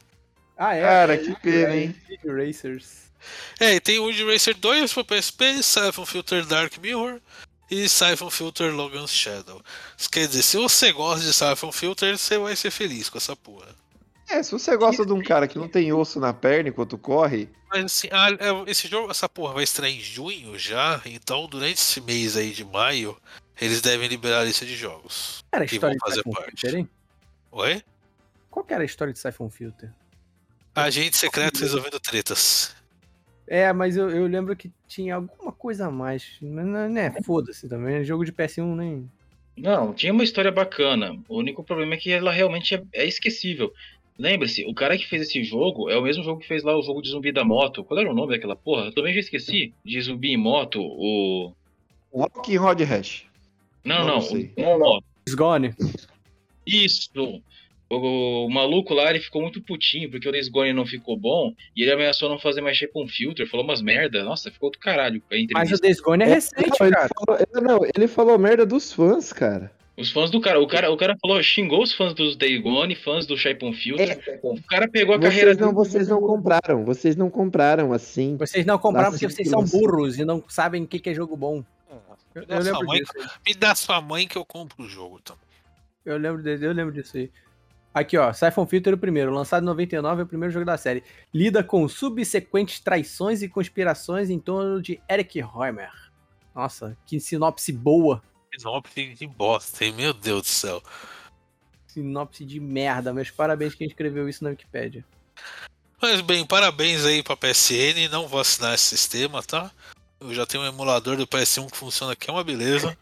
Cara, que pena, hein? Racers. E tem o Ridge Racer 2 pro PSP, Siphon Filter Dark Mirror e Siphon Filter Logan's Shadow. Isso quer dizer, se você gosta de Siphon Filter, você vai ser feliz com essa porra. Se você gosta de um cara que não tem osso na perna enquanto corre... Mas assim, esse jogo, essa porra vai estrear em junho já, então durante esse mês aí de maio, eles devem liberar a lista de jogos. Era a que história vão de fazer Siphon parte. Filter, hein? Oi? Qual que era a história de Siphon Filter? Agente secreto resolvendo tretas. Mas eu lembro que tinha alguma coisa a mais. Né, foda-se também. Jogo de PS1 nem... Não, tinha uma história bacana. O único problema é que ela realmente é esquecível. Lembre-se, o cara que fez esse jogo é o mesmo jogo que fez lá o jogo de zumbi da moto. Qual era o nome daquela porra? Eu também já esqueci. De zumbi em moto, o... Rock Rod Hash. Não. sei. It's Gone. Isso. O maluco lá, ele ficou muito putinho, porque o Days Gone não ficou bom, e ele ameaçou não fazer mais Shape on Filter, falou umas merda. Nossa, ficou do caralho a entrevista. Mas o Days Gone é recente, cara. Ele falou merda dos fãs, cara. Os fãs do cara, o cara falou, xingou os fãs dos Days Gone, fãs do Shape on Filter. O cara pegou a carreira... Vocês não compraram assim. Vocês não compraram porque vocês são burros e não sabem o que é jogo bom. Eu lembro disso. Me dá sua mãe que eu compro o jogo também. Eu lembro disso aí. Aqui, ó, Siphon Filter, o primeiro, lançado em 99, é o primeiro jogo da série. Lida com subsequentes traições e conspirações em torno de Eric Roemer. Nossa, que sinopse boa. Sinopse de bosta, hein? Meu Deus do céu. Sinopse de merda, meus parabéns quem escreveu isso na Wikipédia. Mas bem, parabéns aí pra PSN, não vou assinar esse sistema, tá? Eu já tenho um emulador do PS1 que funciona aqui, é uma beleza.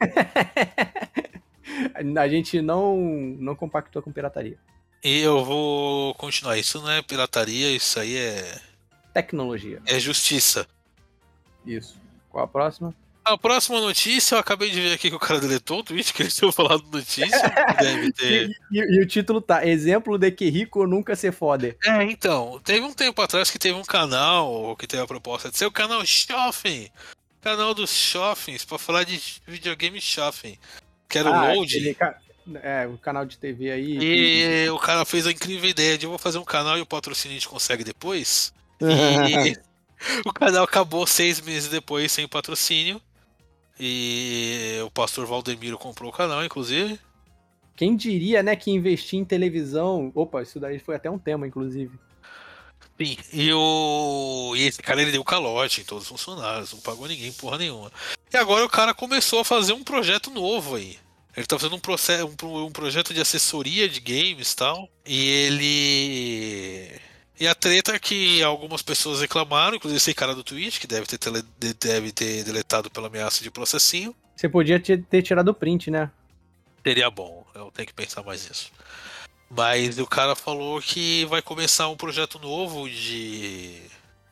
A gente não compactou com pirataria. E eu vou continuar. Isso não é pirataria, isso aí é... Tecnologia. É justiça. Isso. Qual a próxima? A próxima notícia, eu acabei de ver aqui que o cara deletou o tweet que ele tinha falado notícia. Deve ter... e o título tá: Exemplo de que rico nunca se fode. Então, teve um tempo atrás que teve um canal que teve a proposta de ser o canal Shopping. Canal dos Shoppings, pra falar de videogame Shopping. Que era o Load. O canal de TV aí. E o cara fez a incrível ideia de eu vou fazer um canal e o patrocínio a gente consegue depois. E o canal acabou 6 meses depois sem patrocínio. E o pastor Valdemiro comprou o canal, inclusive. Quem diria, né, que investir em televisão... Opa, isso daí foi até um tema, inclusive. Sim, e esse cara, ele deu calote em todos os funcionários, não pagou ninguém, porra nenhuma. E agora o cara começou a fazer um projeto novo aí. Ele tá fazendo um projeto de assessoria de games e tal. E a treta é que algumas pessoas reclamaram, inclusive esse cara do Twitch, que deve ter deletado pela ameaça de processinho. Você podia ter tirado o print, né? Seria bom, eu tenho que pensar mais nisso. Mas o cara falou que vai começar um projeto novo de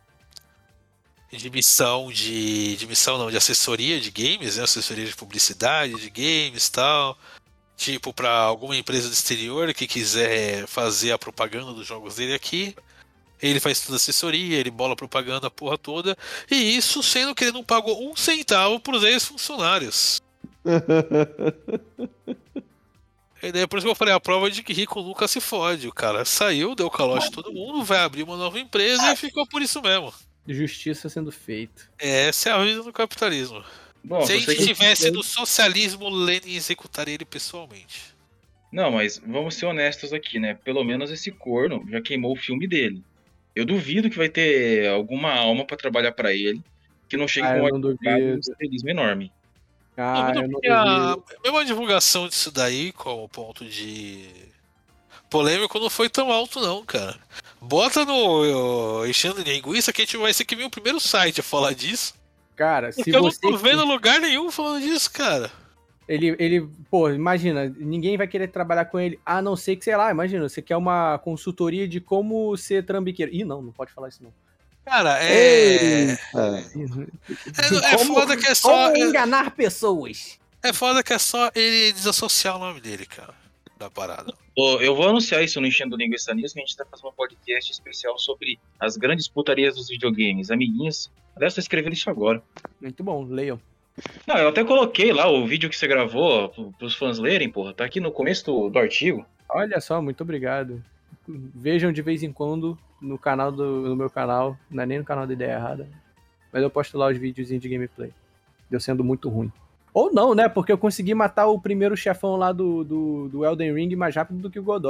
assessoria de games, né? Assessoria de publicidade de games e tal. Tipo, para alguma empresa do exterior que quiser fazer a propaganda dos jogos dele aqui. Ele faz toda a assessoria, ele bola a propaganda, a porra toda. E isso sendo que ele não pagou 1 centavo pros ex-funcionários. E daí por isso que eu falei, a prova de que rico nunca se fode. O cara saiu, deu calote em todo mundo, vai abrir uma nova empresa e ficou por isso mesmo. Justiça sendo feita. Essa é a vida do capitalismo. Bom, se a gente tivesse no socialismo, Lenin executaria ele pessoalmente. Não, mas vamos ser honestos aqui, né? Pelo menos esse corno já queimou o filme dele. Eu duvido que vai ter alguma alma pra trabalhar pra ele que não chegue com um capitalismo enorme. Eu não duvido. Mesmo a divulgação disso daí, como ponto de polêmico, não foi tão alto não, cara. Bota no Enchendo Linguiça que a gente vai ser que vem o primeiro site a falar disso. Cara, porque eu não tô vendo lugar nenhum falando disso, cara. Pô, imagina, ninguém vai querer trabalhar com ele, a não ser que, sei lá, imagina, você quer uma consultoria de como ser trambiqueiro. Ih, não pode falar isso não. Cara, foda que é só... Como enganar pessoas. É foda que é só ele desassociar o nome dele, cara, da parada. Eu vou anunciar isso no Enchendo Linguiça News, que a gente tá fazendo um podcast especial sobre as grandes putarias dos videogames. Amiguinhos, aliás, tô escrevendo isso agora. Muito bom, leiam. Não, eu até coloquei lá o vídeo que você gravou pros fãs lerem, porra. Tá aqui no começo do artigo. Olha só, muito obrigado. Vejam de vez em quando no meu canal, não é nem no canal da Ideia Errada, mas eu posto lá os videozinhos de gameplay. Deu sendo muito ruim. Ou não, né? Porque eu consegui matar o primeiro chefão lá do Elden Ring mais rápido do que o Godoy.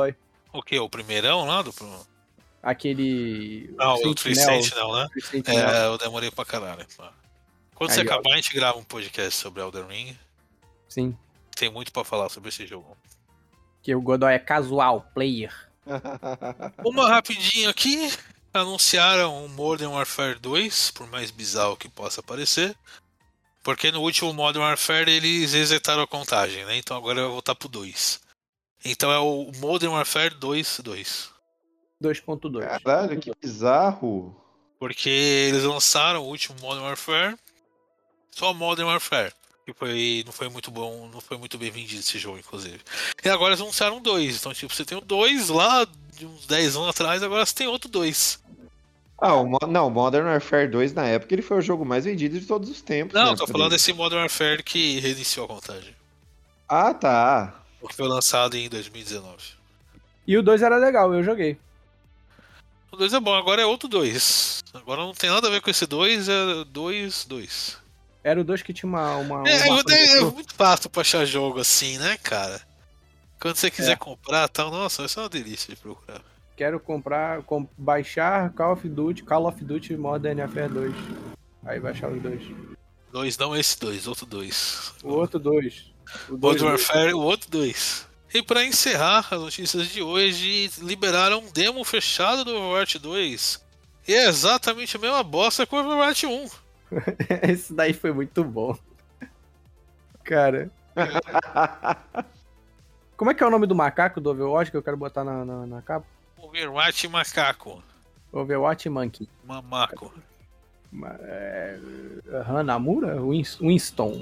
O que? O primeirão lá do. Aquele. Ah, o Tree Sentinel, né? Eu demorei pra caralho. Quando você acabar, a gente grava um podcast sobre Elden Ring. Sim. Tem muito pra falar sobre esse jogo. Que o Godoy é casual, player. Uma rapidinho aqui. Anunciaram o Modern Warfare 2, por mais bizarro que possa parecer. Porque no último Modern Warfare eles resetaram a contagem, né? Então agora vai voltar pro 2. Então é o Modern Warfare 2.2. 2.2. Caralho, que bizarro. Porque eles lançaram o último Modern Warfare, só Modern Warfare. Que não foi muito bom, não foi muito bem vendido esse jogo, inclusive. E agora eles anunciaram 2. Então, tipo, você tem o 2 lá de uns 10 anos atrás, agora você tem outro 2. Não, o Modern Warfare 2 na época ele foi o jogo mais vendido de todos os tempos. Não, tô falando desse Modern Warfare que reiniciou a contagem. Ah, tá. O que foi lançado em 2019. E o 2 era legal, eu joguei. O 2 é bom, agora é outro 2. Agora não tem nada a ver com esse 2, é 2. Era o 2 que tinha uma é muito fácil pra achar jogo assim, né, cara? Quando você quiser comprar tal, nossa, vai ser uma delícia de procurar. Quero baixar Call of Duty Modern Warfare 2. Aí baixar os dois. 2 não esse 2, outro 2. O outro 2. Modern Warfare, o outro 2. E pra encerrar as notícias de hoje, liberaram um demo fechado do Overwatch 2. E é exatamente a mesma bosta que o Overwatch 1. Esse daí foi muito bom. Cara. Como é que é o nome do macaco do Overwatch que eu quero botar na capa? Overwatch Macaco. Overwatch Monkey. Mamaco. Hanamura? Winston.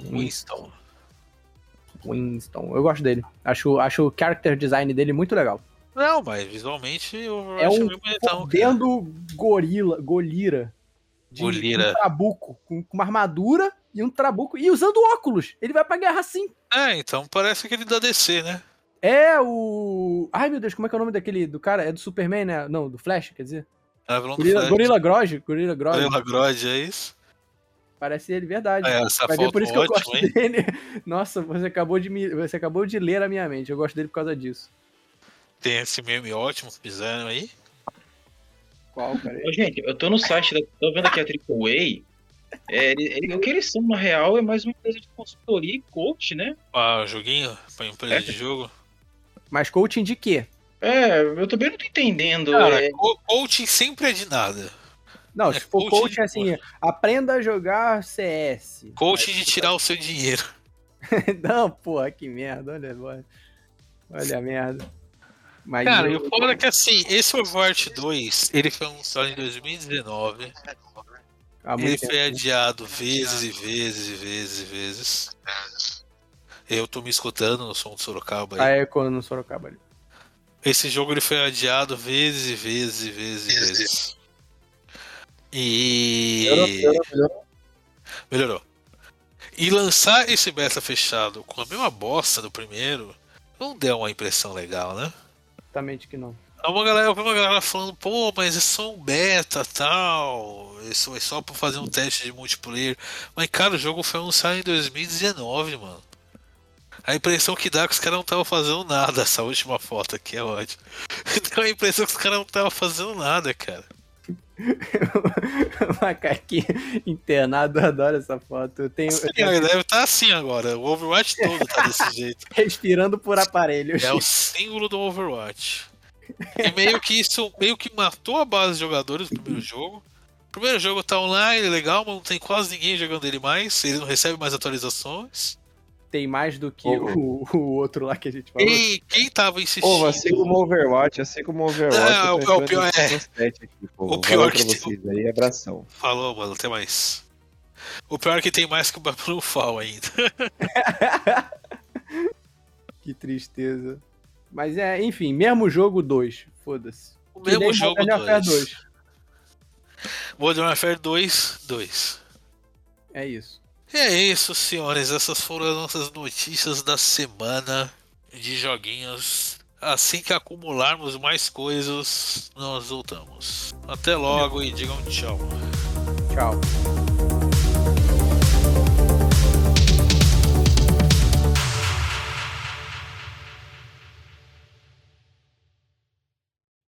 Eu gosto dele. Acho o character design dele muito legal. Não, mas visualmente o Overwatch é um meio bonitão. Vendo Golira. Um trabuco. Com uma armadura e um trabuco. E usando óculos. Ele vai pra guerra assim. Então parece aquele da DC, né? É o... Ai, meu Deus, como é que é o nome do cara? É do Superman, né? Não, do Flash, quer dizer? Gorilla Grodd. Gorilla Grodd, é isso? Parece ele, verdade. Essa Vai foto ver por isso que eu gosto hein? dele. Nossa, você acabou de ler a minha mente. Eu gosto dele por causa disso. Tem esse meme ótimo que fizeram aí. Qual, cara? Gente, eu tô no site, tô vendo aqui a AAA. O que eles são, na real, é mais uma empresa de consultoria e coach, né? Joguinho? Pra empresa de jogo? Mas coaching de quê? Eu também não tô entendendo. Cara, coaching sempre é de nada. Não, se for coaching assim, aprenda a jogar CS. Coaching de tirar o seu dinheiro. Não, porra, que merda, olha a merda. Mas cara, e o foda é que assim, esse Overwatch 2, ele foi lançado em 2019. Ele foi adiado vezes e vezes. Eu tô me escutando no som do Sorocaba aí. Eco no Sorocaba ali. Esse jogo ele foi adiado vezes e vezes. E... Melhorou. E lançar esse beta fechado com a mesma bosta do primeiro não deu uma impressão legal, né? Exatamente que não. Eu vi uma galera falando, pô, mas é só um beta tal, isso é só pra fazer um teste de multiplayer. Mas cara, o jogo foi anunciado em 2019, mano. A impressão que dá é que os caras não estavam fazendo nada. Essa última foto aqui é ótima. Deu a impressão que os caras não estavam fazendo nada, cara. O macaquinho internado, eu adoro essa foto. Eu tenho... Ele deve estar assim agora. O Overwatch todo tá desse jeito. Respirando por aparelhos. É o símbolo do Overwatch. E meio que matou a base de jogadores do primeiro jogo. O primeiro jogo tá online, legal, mas não tem quase ninguém jogando ele mais. Ele não recebe mais atualizações. Tem mais do que o outro lá que a gente falou. E quem tava insistindo... assim como o Overwatch. Não, o pior o pior que pra vocês aí, abração. Falou, mano, até mais. O pior é que tem mais que o Babylon Fall ainda. Que tristeza. Mas enfim, mesmo jogo 2. Foda-se. O mesmo jogo 2. Modern Warfare 2. É isso. E é isso, senhores. Essas foram as nossas notícias da semana de joguinhos. Assim que acumularmos mais coisas, nós voltamos. Até logo e digam tchau. Tchau.